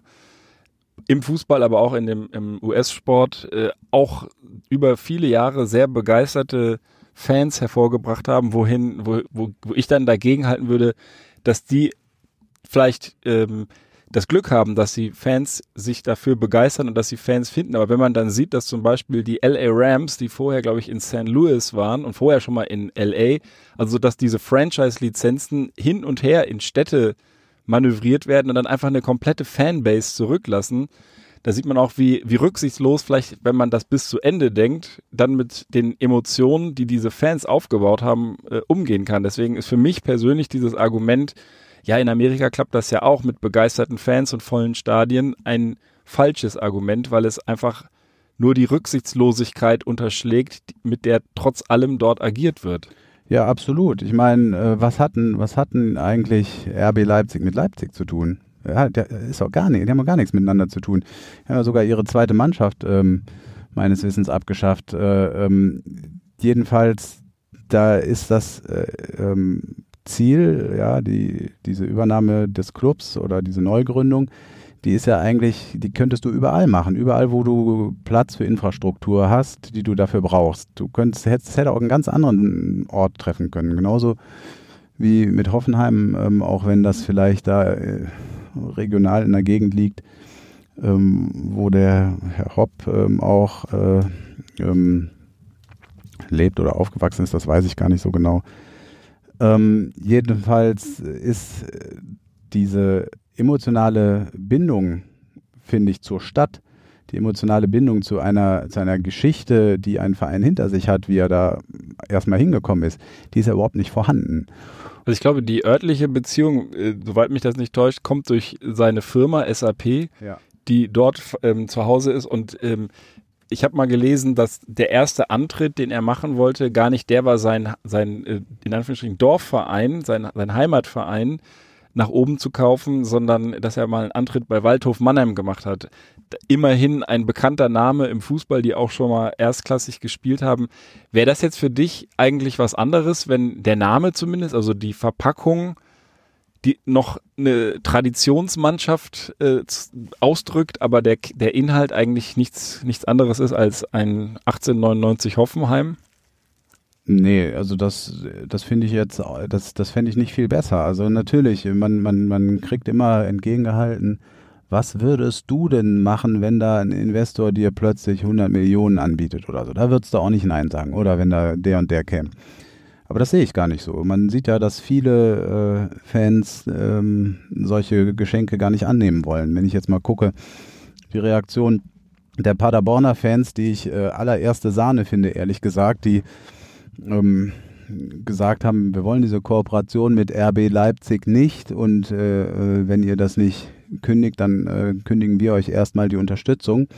im Fußball, aber auch in dem, im U S-Sport äh, auch über viele Jahre sehr begeisterte Fans hervorgebracht haben, wohin, wo, wo, wo ich dann dagegen halten würde, dass die vielleicht ähm, das Glück haben, dass die Fans sich dafür begeistern und dass sie Fans finden. Aber wenn man dann sieht, dass zum Beispiel die L A Rams, die vorher, glaube ich, in Saint Louis waren und vorher schon mal in L A, also dass diese Franchise-Lizenzen hin und her in Städte manövriert werden und dann einfach eine komplette Fanbase zurücklassen, da sieht man auch, wie, wie rücksichtslos vielleicht, wenn man das bis zu Ende denkt, dann mit den Emotionen, die diese Fans aufgebaut haben, äh, umgehen kann. Deswegen ist für mich persönlich dieses Argument, ja, in Amerika klappt das ja auch mit begeisterten Fans und vollen Stadien, ein falsches Argument, weil es einfach nur die Rücksichtslosigkeit unterschlägt, mit der trotz allem dort agiert wird. Ja, absolut. Ich meine, äh, was hatten, was hatten eigentlich R B Leipzig mit Leipzig zu tun? Ja, der ist auch gar nicht, die haben auch gar nichts miteinander zu tun. Die haben ja sogar ihre zweite Mannschaft ähm, meines Wissens abgeschafft. Äh, ähm, jedenfalls, da ist das äh, ähm, Ziel, ja, die, diese Übernahme des Clubs oder diese Neugründung, die ist ja eigentlich, die könntest du überall machen. Überall, wo du Platz für Infrastruktur hast, die du dafür brauchst. Du könntest, hättest, hätte auch einen ganz anderen Ort treffen können. Genauso wie mit Hoffenheim, ähm, auch wenn das vielleicht da äh, regional in der Gegend liegt, ähm, wo der Herr Hopp ähm, auch äh, ähm, lebt oder aufgewachsen ist, das weiß ich gar nicht so genau. Ähm, jedenfalls ist diese emotionale Bindung, finde ich, zur Stadt, die emotionale Bindung zu einer, zu einer Geschichte, die ein Verein hinter sich hat, wie er da erstmal hingekommen ist, die ist ja überhaupt nicht vorhanden. Also ich glaube, die örtliche Beziehung, äh, soweit mich das nicht täuscht, kommt durch seine Firma S A P, ja, die dort ähm, zu Hause ist. Und ähm, ich habe mal gelesen, dass der erste Antritt, den er machen wollte, gar nicht der war, sein, sein äh, in Anführungsstrichen Dorfverein, sein, sein Heimatverein nach oben zu kaufen, sondern dass er mal einen Antritt bei Waldhof Mannheim gemacht hat. Immerhin ein bekannter Name im Fußball, die auch schon mal erstklassig gespielt haben. Wäre das jetzt für dich eigentlich was anderes, wenn der Name zumindest, also die Verpackung, die noch eine Traditionsmannschaft äh, ausdrückt, aber der, der Inhalt eigentlich nichts, nichts anderes ist als ein achtzehnhundertneunundneunzig Hoffenheim? Nee, also das, das finde ich jetzt, das, das fände ich nicht viel besser. Also natürlich, man, man, man kriegt immer entgegengehalten, was würdest du denn machen, wenn da ein Investor dir plötzlich hundert Millionen anbietet oder so? Da würdest du auch nicht Nein sagen, oder wenn da der und der käme. Aber das sehe ich gar nicht so. Man sieht ja, dass viele äh, Fans ähm, solche Geschenke gar nicht annehmen wollen. Wenn ich jetzt mal gucke, die Reaktion der Paderborner Fans, die ich äh, allererste Sahne finde, ehrlich gesagt, die ähm, gesagt haben, wir wollen diese Kooperation mit R B Leipzig nicht und äh, wenn ihr das nicht kündigt, dann äh, kündigen wir euch erstmal die Unterstützung.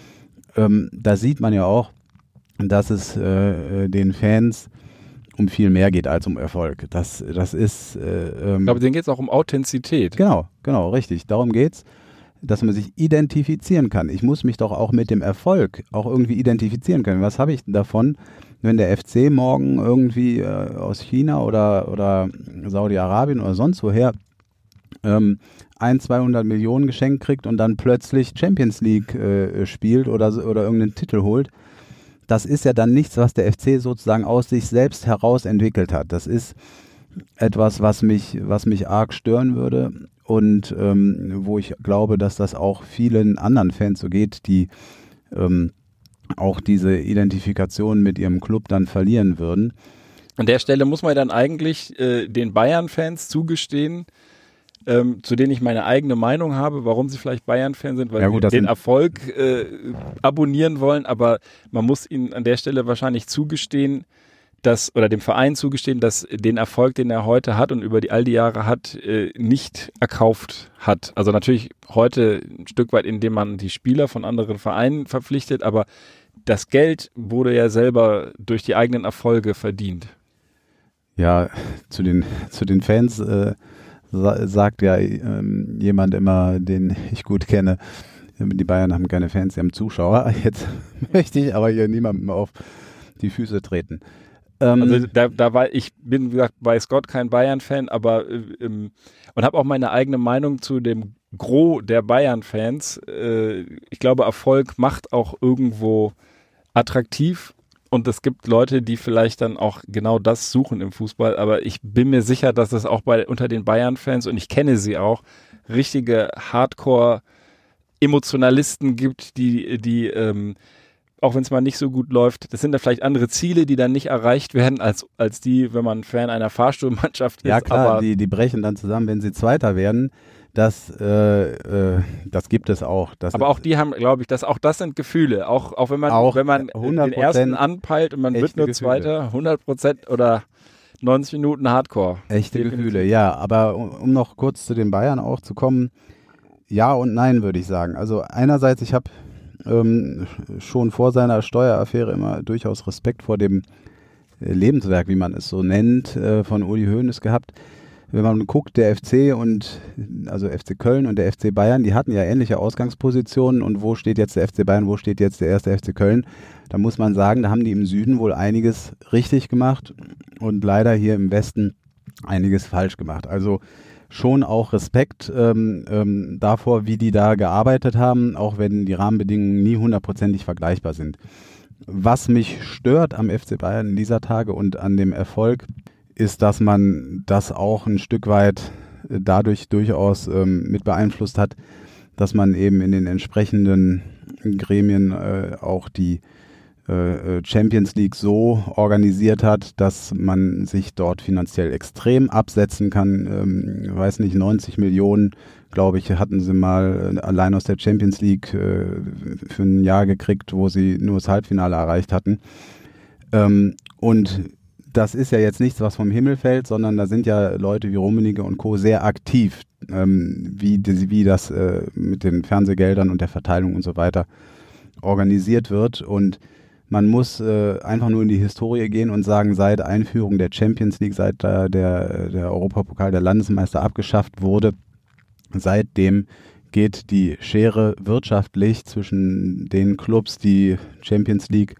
Ähm, da sieht man ja auch, dass es äh, den Fans um viel mehr geht als um Erfolg. Das, das ist... Äh, ähm, ich glaube, denen geht es auch um Authentizität. Genau, genau, richtig. Darum geht's, dass man sich identifizieren kann. Ich muss mich doch auch mit dem Erfolg auch irgendwie identifizieren können. Was habe ich davon, wenn der F C morgen irgendwie äh, aus China oder, oder Saudi-Arabien oder sonst woher ähm, ein, zweihundert Millionen geschenkt kriegt und dann plötzlich Champions League äh, spielt oder, oder irgendeinen Titel holt? Das ist ja dann nichts, was der F C sozusagen aus sich selbst heraus entwickelt hat. Das ist etwas, was mich, was mich arg stören würde und ähm, wo ich glaube, dass das auch vielen anderen Fans so geht, die ähm, auch diese Identifikation mit ihrem Club dann verlieren würden. An der Stelle muss man dann eigentlich äh, den Bayern-Fans zugestehen, ähm, zu denen ich meine eigene Meinung habe, warum sie vielleicht Bayern-Fan sind, weil ja, gut, sie den Erfolg äh, abonnieren wollen, aber man muss ihnen an der Stelle wahrscheinlich zugestehen, das oder dem Verein zugestehen, dass den Erfolg, den er heute hat und über die all die Jahre hat, äh, nicht erkauft hat. Also natürlich heute ein Stück weit, indem man die Spieler von anderen Vereinen verpflichtet, aber das Geld wurde ja selber durch die eigenen Erfolge verdient. Ja, zu den, zu den Fans äh, sa- sagt ja ähm, jemand immer, den ich gut kenne, die Bayern haben keine Fans, sie haben Zuschauer. Jetzt möchte ich aber hier niemandem auf die Füße treten. Ähm, Also da, da war ich bin wie gesagt bei Scott kein Bayern-Fan, aber äh, ähm, und habe auch meine eigene Meinung zu dem Gros der Bayern-Fans. Äh, ich glaube, Erfolg macht auch irgendwo attraktiv und es gibt Leute, die vielleicht dann auch genau das suchen im Fußball, aber ich bin mir sicher, dass es auch bei unter den Bayern-Fans, und ich kenne sie auch, richtige Hardcore Emotionalisten gibt, die, die ähm, auch wenn es mal nicht so gut läuft, das sind da vielleicht andere Ziele, die dann nicht erreicht werden, als, als die, wenn man Fan einer Fahrstuhlmannschaft ist. ja klar, aber die, die brechen dann zusammen, wenn sie Zweiter werden. Das, äh, äh, das gibt es auch. Das aber ist, auch die haben, glaube ich, dass auch das sind Gefühle. Auch, auch wenn man, Auch wenn man den ersten anpeilt und man wird nur Gefühle. Zweiter, hundert Prozent oder neunzig Minuten Hardcore. Echte Definitiv. Gefühle, ja. Aber um, um noch kurz zu den Bayern auch zu kommen, ja und nein, würde ich sagen. Also einerseits, ich habe ähm, schon vor seiner Steueraffäre immer durchaus Respekt vor dem äh, Lebenswerk, wie man es so nennt, äh, von Uli Hoeneß gehabt. Wenn man guckt, der F C und also F C Köln und der F C Bayern, die hatten ja ähnliche Ausgangspositionen, und wo steht jetzt der F C Bayern, wo steht jetzt der erste F C Köln? Da muss man sagen, da haben die im Süden wohl einiges richtig gemacht und leider hier im Westen einiges falsch gemacht. Also schon auch Respekt ähm, ähm, davor, wie die da gearbeitet haben, auch wenn die Rahmenbedingungen nie hundertprozentig vergleichbar sind. Was mich stört am F C Bayern in dieser Tage und an dem Erfolg, ist, dass man das auch ein Stück weit dadurch durchaus ähm, mit beeinflusst hat, dass man eben in den entsprechenden Gremien äh, auch die äh, Champions League so organisiert hat, dass man sich dort finanziell extrem absetzen kann. Ähm, ich weiß nicht, neunzig Millionen, glaube ich, hatten sie mal äh, allein aus der Champions League äh, für ein Jahr gekriegt, wo sie nur das Halbfinale erreicht hatten. Ähm, und das ist ja jetzt nichts, was vom Himmel fällt, sondern da sind ja Leute wie Rummenigge und Co. sehr aktiv, ähm, wie, die, wie das äh, mit den Fernsehgeldern und der Verteilung und so weiter organisiert wird. Und man muss äh, einfach nur in die Historie gehen und sagen, seit Einführung der Champions League, seit äh, der, der Europapokal der Landesmeister abgeschafft wurde, seitdem geht die Schere wirtschaftlich zwischen den Clubs, die Champions League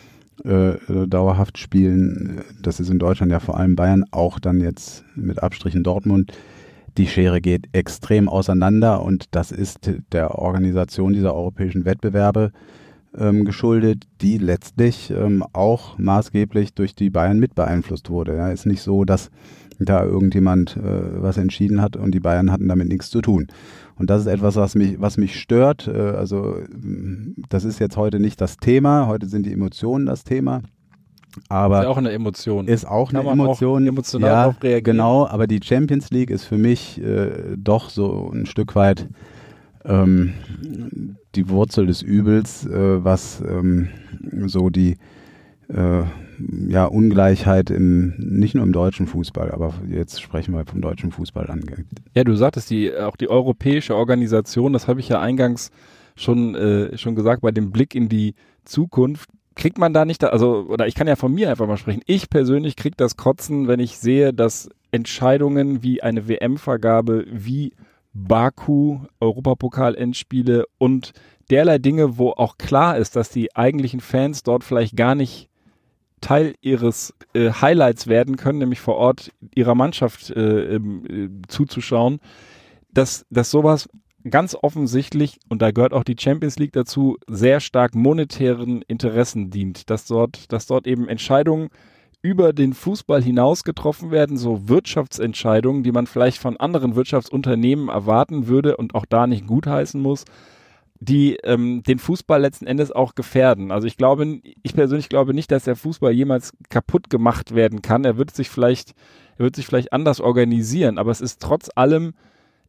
Äh, dauerhaft spielen, das ist in Deutschland ja vor allem Bayern, auch dann jetzt mit Abstrichen Dortmund, die Schere geht extrem auseinander, und das ist der Organisation dieser europäischen Wettbewerbe ähm, geschuldet, die letztlich ähm, auch maßgeblich durch die Bayern mit beeinflusst wurde. Ja, ist nicht so, dass da irgendjemand äh, was entschieden hat und die Bayern hatten damit nichts zu tun. Und das ist etwas, was mich, was mich stört. Äh, also das ist jetzt heute nicht das Thema. Heute sind die Emotionen das Thema. Aber ist auch eine Emotion. Ist auch Kann eine man Emotion. Auch emotional ja, darauf reagieren. Genau. Aber die Champions League ist für mich äh, doch so ein Stück weit ähm, die Wurzel des Übels, äh, was ähm, so die äh, ja, Ungleichheit im, nicht nur im deutschen Fußball, aber jetzt sprechen wir vom deutschen Fußball angeht. Ja, du sagtest, die, auch die europäische Organisation, das habe ich ja eingangs schon, äh, schon gesagt, bei dem Blick in die Zukunft, kriegt man da nicht, da, also, oder ich kann ja von mir einfach mal sprechen, ich persönlich kriege das Kotzen, wenn ich sehe, dass Entscheidungen wie eine W M-Vergabe, wie Baku, Europapokal-Endspiele und derlei Dinge, wo auch klar ist, dass die eigentlichen Fans dort vielleicht gar nicht Teil ihres äh, Highlights werden können, nämlich vor Ort ihrer Mannschaft äh, äh, zuzuschauen, dass, dass sowas ganz offensichtlich, und da gehört auch die Champions League dazu, sehr stark monetären Interessen dient, dass dort, dass dort eben Entscheidungen über den Fußball hinaus getroffen werden, so Wirtschaftsentscheidungen, die man vielleicht von anderen Wirtschaftsunternehmen erwarten würde und auch da nicht gutheißen muss, die ähm, den Fußball letzten Endes auch gefährden. Also ich glaube, ich persönlich glaube nicht, dass der Fußball jemals kaputt gemacht werden kann. Er wird sich vielleicht, er wird sich vielleicht anders organisieren, aber es ist trotz allem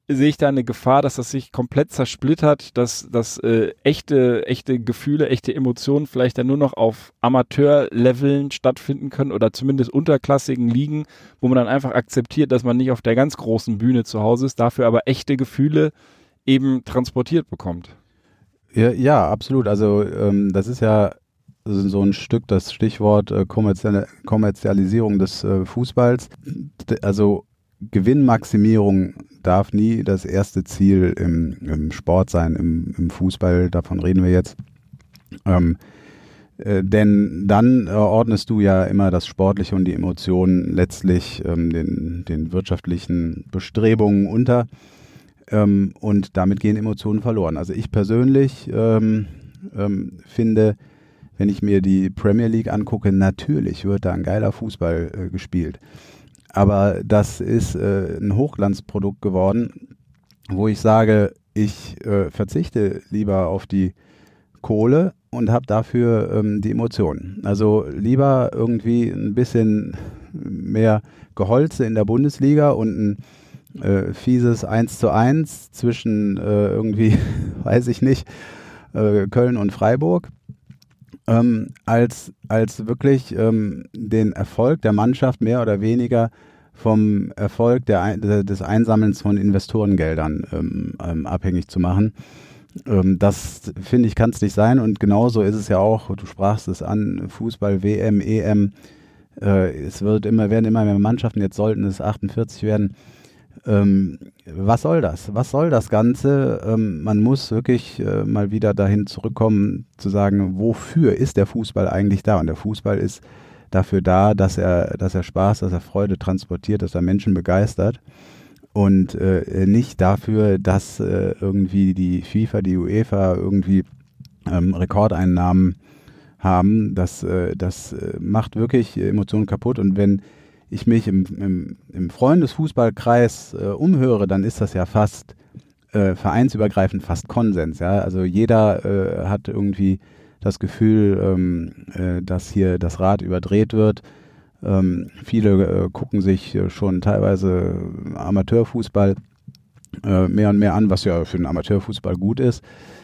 sehe ich da eine Gefahr, dass das sich komplett zersplittert, dass, dass äh, echte, echte Gefühle, echte Emotionen vielleicht dann nur noch auf Amateurleveln stattfinden können oder zumindest unterklassigen Ligen, wo man dann einfach akzeptiert, dass man nicht auf der ganz großen Bühne zu Hause ist, dafür aber echte Gefühle eben transportiert bekommt. Ja, ja, absolut. Also ähm, das ist ja so ein Stück das Stichwort äh, Kommerzial- Kommerzialisierung des äh, Fußballs. D- Also Gewinnmaximierung darf nie das erste Ziel im, im Sport sein, im, im Fußball, davon reden wir jetzt. Ähm, äh, denn dann äh, ordnest du ja immer das Sportliche und die Emotionen letztlich ähm, den, den wirtschaftlichen Bestrebungen unter ähm, und damit gehen Emotionen verloren. Also ich persönlich ähm, ähm, finde, wenn ich mir die Premier League angucke, natürlich wird da ein geiler Fußball äh, gespielt. Aber das ist äh, ein Hochglanzprodukt geworden, wo ich sage, ich äh, verzichte lieber auf die Kohle und habe dafür ähm, die Emotionen. Also lieber irgendwie ein bisschen mehr Geholze in der Bundesliga und ein äh, fieses eins zu eins zwischen äh, irgendwie, weiß ich nicht, äh, Köln und Freiburg. Ähm, als, als wirklich ähm, den Erfolg der Mannschaft mehr oder weniger vom Erfolg der, des Einsammelns von Investorengeldern ähm, ähm, abhängig zu machen. Ähm, das, finde ich, kann es nicht sein und genauso ist es ja auch, du sprachst es an, Fußball, W M, E M, äh, es wird immer, werden immer mehr Mannschaften, jetzt sollten es achtundvierzig werden. Ähm, was soll das? Was soll das Ganze? Ähm, man muss wirklich äh, mal wieder dahin zurückkommen, zu sagen, wofür ist der Fußball eigentlich da? Und der Fußball ist dafür da, dass er, dass er Spaß, dass er Freude transportiert, dass er Menschen begeistert und äh, nicht dafür, dass äh, irgendwie die FIFA, die UEFA irgendwie ähm, Rekordeinnahmen haben. Das, äh, das äh, macht wirklich Emotionen kaputt und wenn ich mich im, im, im Freundesfußballkreis äh, umhöre, dann ist das ja fast äh, vereinsübergreifend, fast Konsens. Ja? Also jeder äh, hat irgendwie das Gefühl, ähm, äh, dass hier das Rad überdreht wird. Ähm, viele äh, gucken sich äh, schon teilweise Amateurfußball äh, mehr und mehr an, was ja für den Amateurfußball gut ist,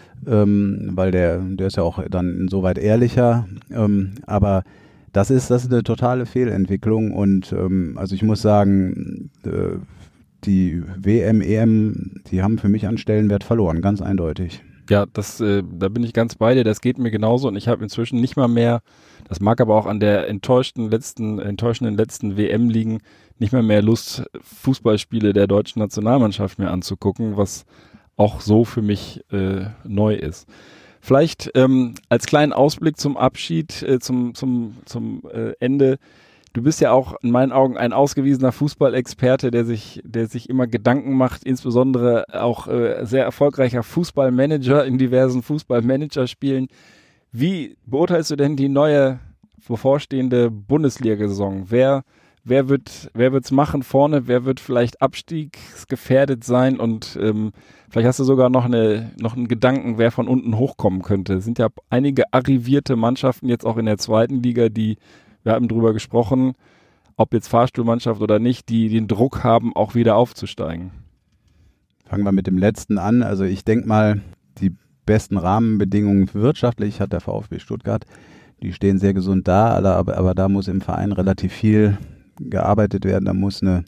ähm, weil der, der ist ja auch dann insoweit ehrlicher. Ähm, aber Das ist, das ist eine totale Fehlentwicklung und ähm, also ich muss sagen, äh, die W M, E M, die haben für mich an Stellenwert verloren, ganz eindeutig. Ja, das, äh, da bin ich ganz bei dir, das geht mir genauso und ich habe inzwischen nicht mal mehr, das mag aber auch an der enttäuschten letzten, enttäuschenden letzten W M liegen, nicht mehr mehr Lust, Fußballspiele der deutschen Nationalmannschaft mir anzugucken, was auch so für mich äh, neu ist. Vielleicht ähm, als kleinen Ausblick zum Abschied, äh, zum, zum, zum äh, Ende. Du bist ja auch in meinen Augen ein ausgewiesener Fußballexperte, der sich, der sich immer Gedanken macht, insbesondere auch äh, sehr erfolgreicher Fußballmanager in diversen Fußballmanagerspielen. Wie beurteilst du denn die neue bevorstehende Bundesliga-Saison? Wer, wer wird, wer wird's machen vorne? Wer wird vielleicht abstiegsgefährdet sein? Und ähm, vielleicht hast du sogar noch eine, noch einen Gedanken, wer von unten hochkommen könnte. Es sind ja einige arrivierte Mannschaften jetzt auch in der zweiten Liga, die, wir haben drüber gesprochen, ob jetzt Fahrstuhlmannschaft oder nicht, die den Druck haben, auch wieder aufzusteigen. Fangen wir mit dem letzten an. Also ich denke mal, die besten Rahmenbedingungen wirtschaftlich hat der VfB Stuttgart. Die stehen sehr gesund da, aber, aber da muss im Verein relativ viel gearbeitet werden. Da muss eine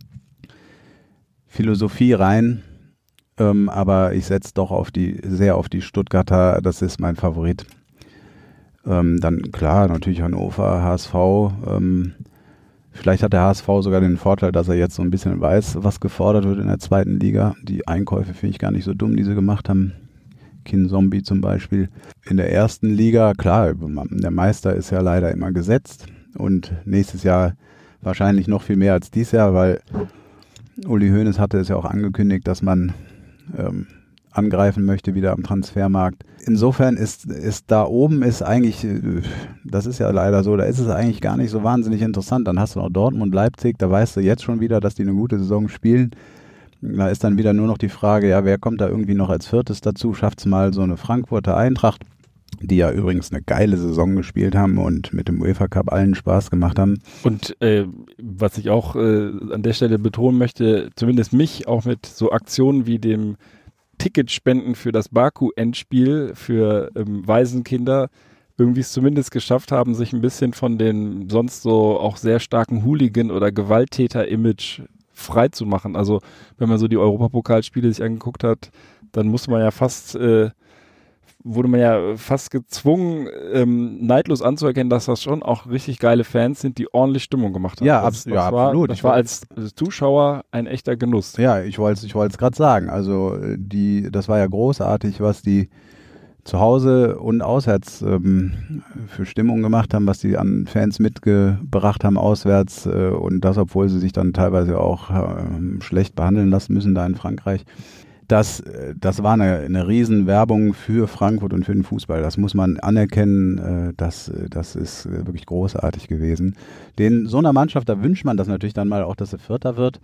Philosophie rein. Ähm, aber ich setze doch auf die, sehr auf die Stuttgarter, das ist mein Favorit. Ähm, dann klar, natürlich Hannover, H S V. Ähm, vielleicht hat der H S V sogar den Vorteil, dass er jetzt so ein bisschen weiß, was gefordert wird in der zweiten Liga. Die Einkäufe finde ich gar nicht so dumm, die sie gemacht haben. Kinzombie zum Beispiel. In der ersten Liga, klar, der Meister ist ja leider immer gesetzt und nächstes Jahr wahrscheinlich noch viel mehr als dieses Jahr, weil Uli Hoeneß hatte es ja auch angekündigt, dass man ähm, angreifen möchte wieder am Transfermarkt. Insofern ist, ist da oben ist eigentlich, das ist ja leider so, da ist es eigentlich gar nicht so wahnsinnig interessant. Dann hast du noch Dortmund, Leipzig, da weißt du jetzt schon wieder, dass die eine gute Saison spielen. Da ist dann wieder nur noch die Frage, ja, wer kommt da irgendwie noch als Viertes dazu? Schafft es mal so eine Frankfurter Eintracht die ja übrigens eine geile Saison gespielt haben und mit dem UEFA Cup allen Spaß gemacht haben. Und äh, was ich auch äh, an der Stelle betonen möchte, zumindest mich auch mit so Aktionen wie dem Ticketspenden für das Baku-Endspiel für ähm, Waisenkinder irgendwie es zumindest geschafft haben, sich ein bisschen von dem sonst so auch sehr starken Hooligan- oder Gewalttäter-Image frei zu machen. Also wenn man so die Europapokalspiele sich angeguckt hat, dann muss man ja fast... Äh, wurde man ja fast gezwungen, ähm, neidlos anzuerkennen, dass das schon auch richtig geile Fans sind, die ordentlich Stimmung gemacht haben. Ja, das, abs- das ja war, absolut. Das Ich war war- als Zuschauer ein echter Genuss. Ja, ich wollte es ich wollte es gerade sagen. Also die, das war ja großartig, was die zu Hause und auswärts ähm, für Stimmung gemacht haben, was die an Fans mitgebracht haben auswärts äh, und das, obwohl sie sich dann teilweise auch äh, schlecht behandeln lassen müssen da in Frankreich. Das, das war eine, eine Riesenwerbung für Frankfurt und für den Fußball. Das muss man anerkennen. Das, das ist wirklich großartig gewesen. Den, so einer Mannschaft, da wünscht man das natürlich dann mal auch, dass sie Vierter wird.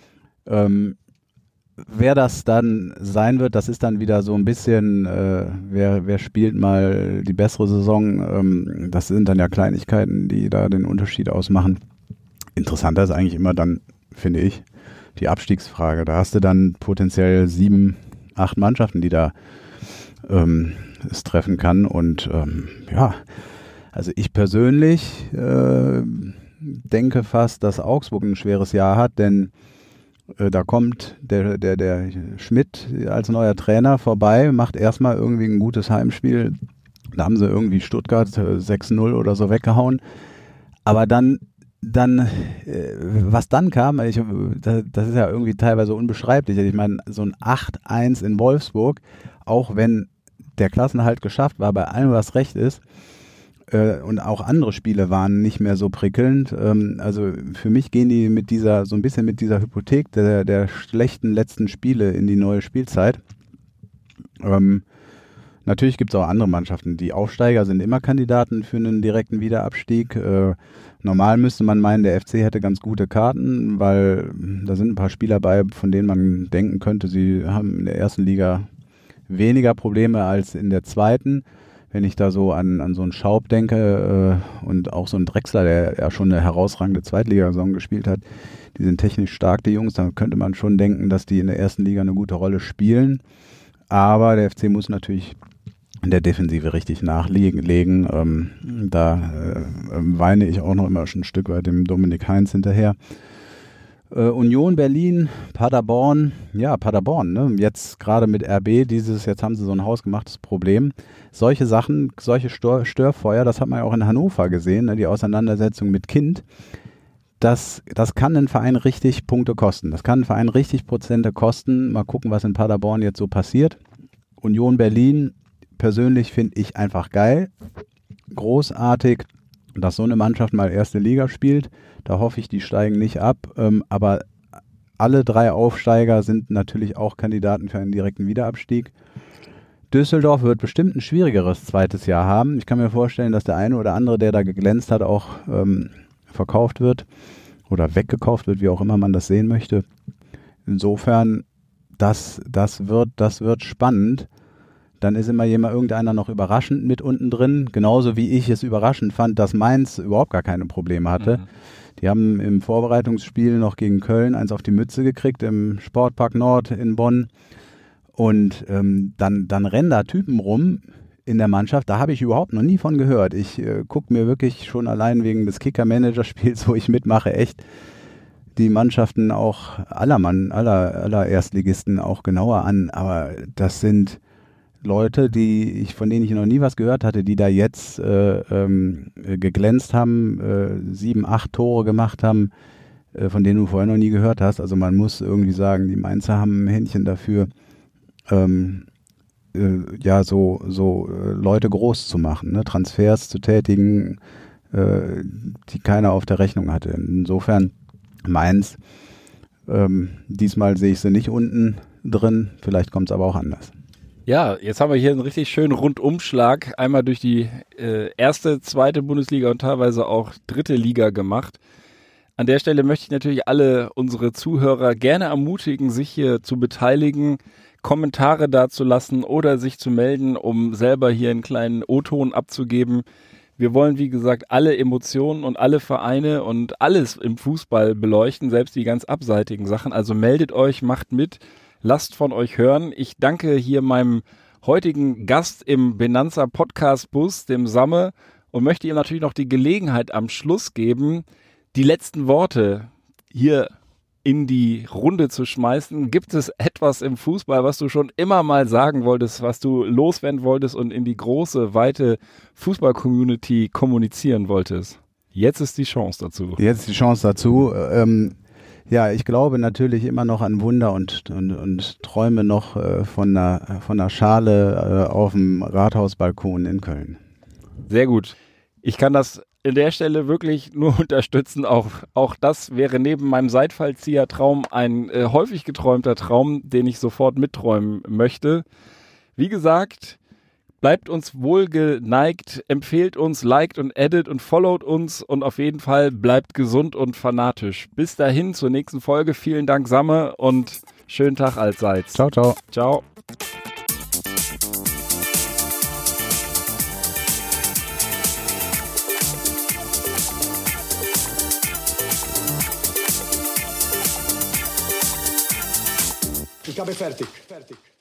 Ähm, wer das dann sein wird, das ist dann wieder so ein bisschen, äh, wer, wer spielt mal die bessere Saison. Ähm, das sind dann ja Kleinigkeiten, die da den Unterschied ausmachen. Interessanter ist eigentlich immer dann, finde ich, die Abstiegsfrage. Da hast du dann potenziell sieben, acht Mannschaften, die da ähm, es treffen kann. Und ähm, ja, also ich persönlich äh, denke fast, dass Augsburg ein schweres Jahr hat, denn äh, da kommt der, der, der Schmidt als neuer Trainer vorbei, macht erstmal irgendwie ein gutes Heimspiel. Da haben sie irgendwie Stuttgart äh, sechs null oder so weggehauen. Aber dann Dann, äh, was dann kam, ich, das, das ist ja irgendwie teilweise unbeschreiblich. Ich meine, so ein acht eins in Wolfsburg, auch wenn der Klassenerhalt geschafft war, bei allem, was recht ist, äh, und auch andere Spiele waren nicht mehr so prickelnd. Ähm, also für mich gehen die mit dieser, so ein bisschen mit dieser Hypothek der, der schlechten letzten Spiele in die neue Spielzeit. Ähm, Natürlich gibt es auch andere Mannschaften. Die Aufsteiger sind immer Kandidaten für einen direkten Wiederabstieg. Äh, normal müsste man meinen, der F C hätte ganz gute Karten, weil da sind ein paar Spieler bei, von denen man denken könnte, sie haben in der ersten Liga weniger Probleme als in der zweiten. Wenn ich da so an, an so einen Schaub denke äh, und auch so einen Drexler, der ja schon eine herausragende Zweitligasaison gespielt hat, die sind technisch stark, die Jungs. Da könnte man schon denken, dass die in der ersten Liga eine gute Rolle spielen. Aber der F C muss natürlich in der Defensive richtig nachlegen. Ähm, da äh, weine ich auch noch immer schon ein Stück weit dem Dominik Heinz hinterher. Äh, Union Berlin, Paderborn, ja Paderborn, ne? Jetzt gerade mit R B, dieses, jetzt haben sie so ein hausgemachtes Problem. Solche Sachen, solche Stör- Störfeuer, das hat man ja auch in Hannover gesehen, ne? Die Auseinandersetzung mit Kind. Das, das kann einen Verein richtig Punkte kosten. Das kann einen Verein richtig Prozente kosten. Mal gucken, was in Paderborn jetzt so passiert. Union Berlin, persönlich finde ich einfach geil. Großartig, dass so eine Mannschaft mal erste Liga spielt. Da hoffe ich, die steigen nicht ab. Ähm, aber alle drei Aufsteiger sind natürlich auch Kandidaten für einen direkten Wiederabstieg. Düsseldorf wird bestimmt ein schwierigeres zweites Jahr haben. Ich kann mir vorstellen, dass der eine oder andere, der da geglänzt hat, auch ähm, verkauft wird oder weggekauft wird, wie auch immer man das sehen möchte. Insofern, das, das, wird, das wird spannend. Dann ist immer jemand, irgendeiner noch überraschend mit unten drin. Genauso wie ich es überraschend fand, dass Mainz überhaupt gar keine Probleme hatte. Mhm. Die haben im Vorbereitungsspiel noch gegen Köln eins auf die Mütze gekriegt im Sportpark Nord in Bonn. Und ähm, dann, dann rennen da Typen rum in der Mannschaft. Da habe ich überhaupt noch nie von gehört. Ich äh, gucke mir wirklich schon allein wegen des Kicker-Manager-Spiels, wo ich mitmache, echt die Mannschaften auch aller Mann, aller, aller Erstligisten auch genauer an. Aber das sind Leute, die ich, von denen ich noch nie was gehört hatte, die da jetzt äh, ähm, geglänzt haben, äh, sieben, acht Tore gemacht haben, äh, von denen du vorher noch nie gehört hast. Also man muss irgendwie sagen, die Mainzer haben ein Händchen dafür, ähm, äh, ja, so, so äh, Leute groß zu machen, ne? Transfers zu tätigen, äh, die keiner auf der Rechnung hatte. Insofern Mainz, ähm, diesmal sehe ich sie nicht unten drin, vielleicht kommt es aber auch anders. Ja, jetzt haben wir hier einen richtig schönen Rundumschlag, einmal durch die äh, erste, zweite Bundesliga und teilweise auch dritte Liga gemacht. An der Stelle möchte ich natürlich alle unsere Zuhörer gerne ermutigen, sich hier zu beteiligen. Kommentare dazulassen oder sich zu melden, um selber hier einen kleinen O-Ton abzugeben. Wir wollen, wie gesagt, alle Emotionen und alle Vereine und alles im Fußball beleuchten, selbst die ganz abseitigen Sachen. Also meldet euch, macht mit, lasst von euch hören. Ich danke hier meinem heutigen Gast im Benanza Podcast Bus, dem Samme, und möchte ihm natürlich noch die Gelegenheit am Schluss geben, die letzten Worte hier in die Runde zu schmeißen. Gibt es etwas im Fußball, was du schon immer mal sagen wolltest, was du loswerden wolltest und in die große, weite Fußball-Community kommunizieren wolltest? Jetzt ist die Chance dazu. Jetzt ist die Chance dazu. Ähm, ja, ich glaube natürlich immer noch an Wunder und, und, und träume noch äh, von, einer, von einer Schale äh, auf dem Rathausbalkon in Köln. Sehr gut. Ich kann das an der Stelle wirklich nur unterstützen. Auch, auch das wäre neben meinem Seitfallzieher-Traum ein äh, häufig geträumter Traum, den ich sofort mitträumen möchte. Wie gesagt, bleibt uns wohlgeneigt, empfehlt uns, liked und addet und followt uns und auf jeden Fall bleibt gesund und fanatisch. Bis dahin zur nächsten Folge. Vielen Dank, Samme, und schönen Tag allseits. Ciao, ciao. Ciao. Ich habe fertig. Fertig.